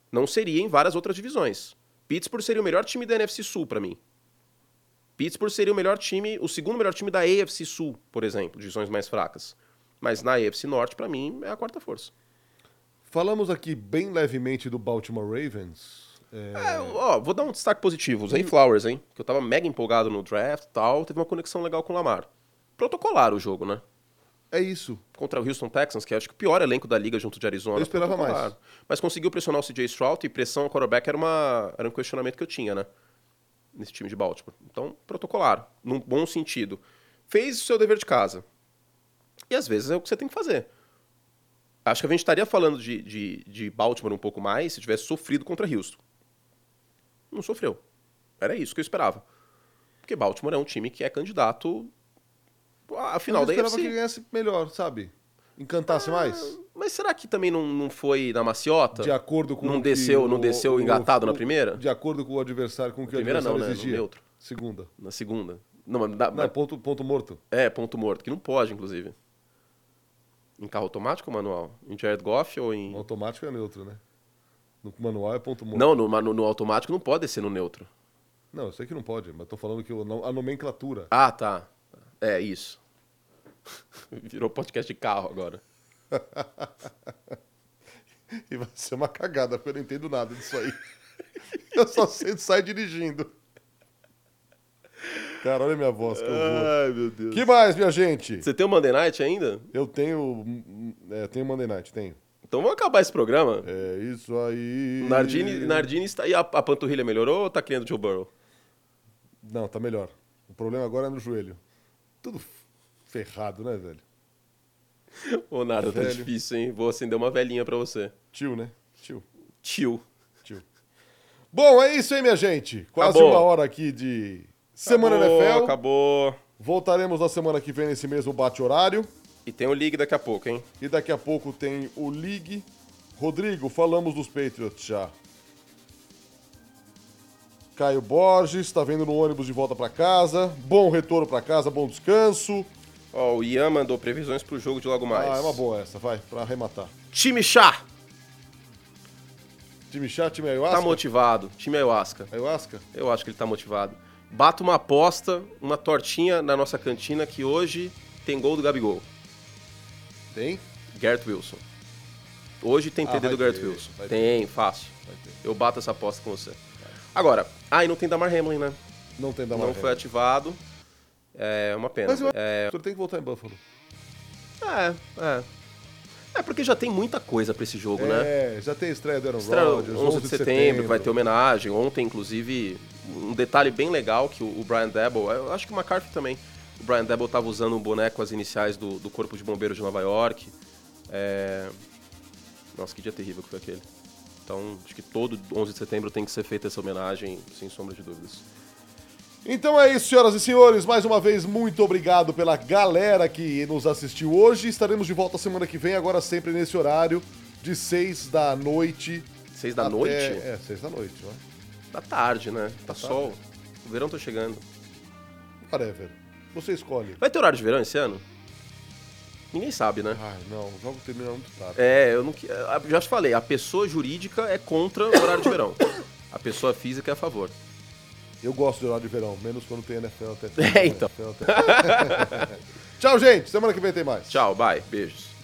Não seria em várias outras divisões. Pittsburgh seria o melhor time da N F C Sul pra mim. Pittsburgh seria o melhor time, o segundo melhor time da A F C Sul, por exemplo, divisões mais fracas. Mas na A F C Norte, pra mim, é a quarta força. Falamos aqui bem levemente do Baltimore Ravens. É... É, ó, vou dar um destaque positivo. O Zay Flowers, hein? Que eu tava mega empolgado no draft e tal. Teve uma conexão legal com o Lamar. Protocolar o jogo, né? É isso. Contra o Houston Texans, que acho que o pior elenco da liga junto de Arizona. Eu esperava mais. Mas conseguiu pressionar o C J Stroud e pressão ao quarterback era, uma... era um questionamento que eu tinha, né? Nesse time de Baltimore. Então, protocolar. Num bom sentido. Fez o seu dever de casa. E às vezes é o que você tem que fazer. Acho que a gente estaria falando de, de, de Baltimore um pouco mais se tivesse sofrido contra Houston. Não sofreu. Era isso que eu esperava. Porque Baltimore é um time que é candidato à final da A F C. Eu esperava que ganhasse melhor, sabe? Encantasse ah, mais. Mas será que também não, não foi na maciota? De acordo com não o desceu, que Não desceu o, engatado o, na primeira? De acordo com o adversário, com o que o primeira adversário não, exigia. Né? No neutro. Segunda. Na segunda. Não, mas, não, mas... ponto, ponto morto. É, ponto morto. Que não pode, inclusive. Em carro automático ou manual? Em Jared Goff ou em... No automático é neutro, né? No manual é ponto morto. Não, no, no, no automático não pode descer no neutro. Não, eu sei que não pode, mas tô falando que a nomenclatura... Ah, tá. É, isso. Virou podcast de carro agora. E vai ser uma cagada, porque eu não entendo nada disso aí. Eu só sei de sair dirigindo. Cara, olha a minha voz, que eu vou. Ai, meu Deus. Que mais, minha gente? Você tem o Monday Night ainda? Eu tenho... É, tenho Monday Night, tenho. Então vamos acabar esse programa. É isso aí. Nardini, Nardini está... E a, a panturrilha melhorou ou tá criando Joe Burrow? Não, tá melhor. O problema agora é no joelho. Tudo ferrado, né, velho? Ô, Nardo, tá difícil, hein? Vou acender uma velhinha pra você. Tio, né? Tio. Tio. Tio. Bom, é isso aí, minha gente. Quase Acabou. uma hora aqui de Semana acabou, N F L. Acabou. Voltaremos na semana que vem nesse mesmo bate-horário. E tem o League daqui a pouco, hein? E daqui a pouco tem o League. Rodrigo, falamos dos Patriots já. Caio Borges, tá vendo no ônibus de volta pra casa. Bom retorno pra casa, bom descanso. Ó, oh, o Ian mandou previsões pro jogo de logo mais. Ah, é uma boa essa, vai, pra arrematar. Time chá! Time chá, time ayahuasca? Tá motivado, time ayahuasca. Ayahuasca? Eu acho que ele tá motivado. Bata uma aposta, uma tortinha na nossa cantina que hoje tem gol do Gabigol. Tem? Garrett Wilson. Hoje tem T D ah, do Garrett ter, Wilson. Tem, ter. Fácil. Eu bato essa aposta com você. Vai. Agora, ah, e não tem Damar Hamlin, né? Não tem Damar Não Hamlin. foi ativado. É uma pena. Mas eu é... tem que voltar em Buffalo. É, é. É porque já tem muita coisa pra esse jogo, é, né? É, já tem estreia do Aaron Rodgers, onze de setembro, que vai ter homenagem. Ontem, inclusive, um detalhe bem legal que o Brian Daboll, eu acho que o McCarthy também, o Brian Daboll tava usando um boneco, as iniciais do, do Corpo de Bombeiros de Nova York. É... Nossa, que dia terrível que foi aquele. Então, acho que todo onze de setembro tem que ser feita essa homenagem, sem sombra de dúvidas. Então é isso, senhoras e senhores. Mais uma vez, muito obrigado pela galera que nos assistiu hoje. Estaremos de volta semana que vem, agora sempre nesse horário, de seis da noite. Seis da até... noite? É, seis da noite, né? Tá tarde, né? Tá, tá sol. Tarde. O verão tá chegando. Whatever. Você escolhe. Vai ter horário de verão esse ano? Ninguém sabe, né? Ai, não. O jogo termina muito tarde. É, eu não... Já te falei, a pessoa jurídica é contra o horário de verão. A pessoa física é a favor. Eu gosto de horário de verão, menos quando tem N F L até. É, então. Tchau, gente. Semana que vem tem mais. Tchau, bye. Beijos.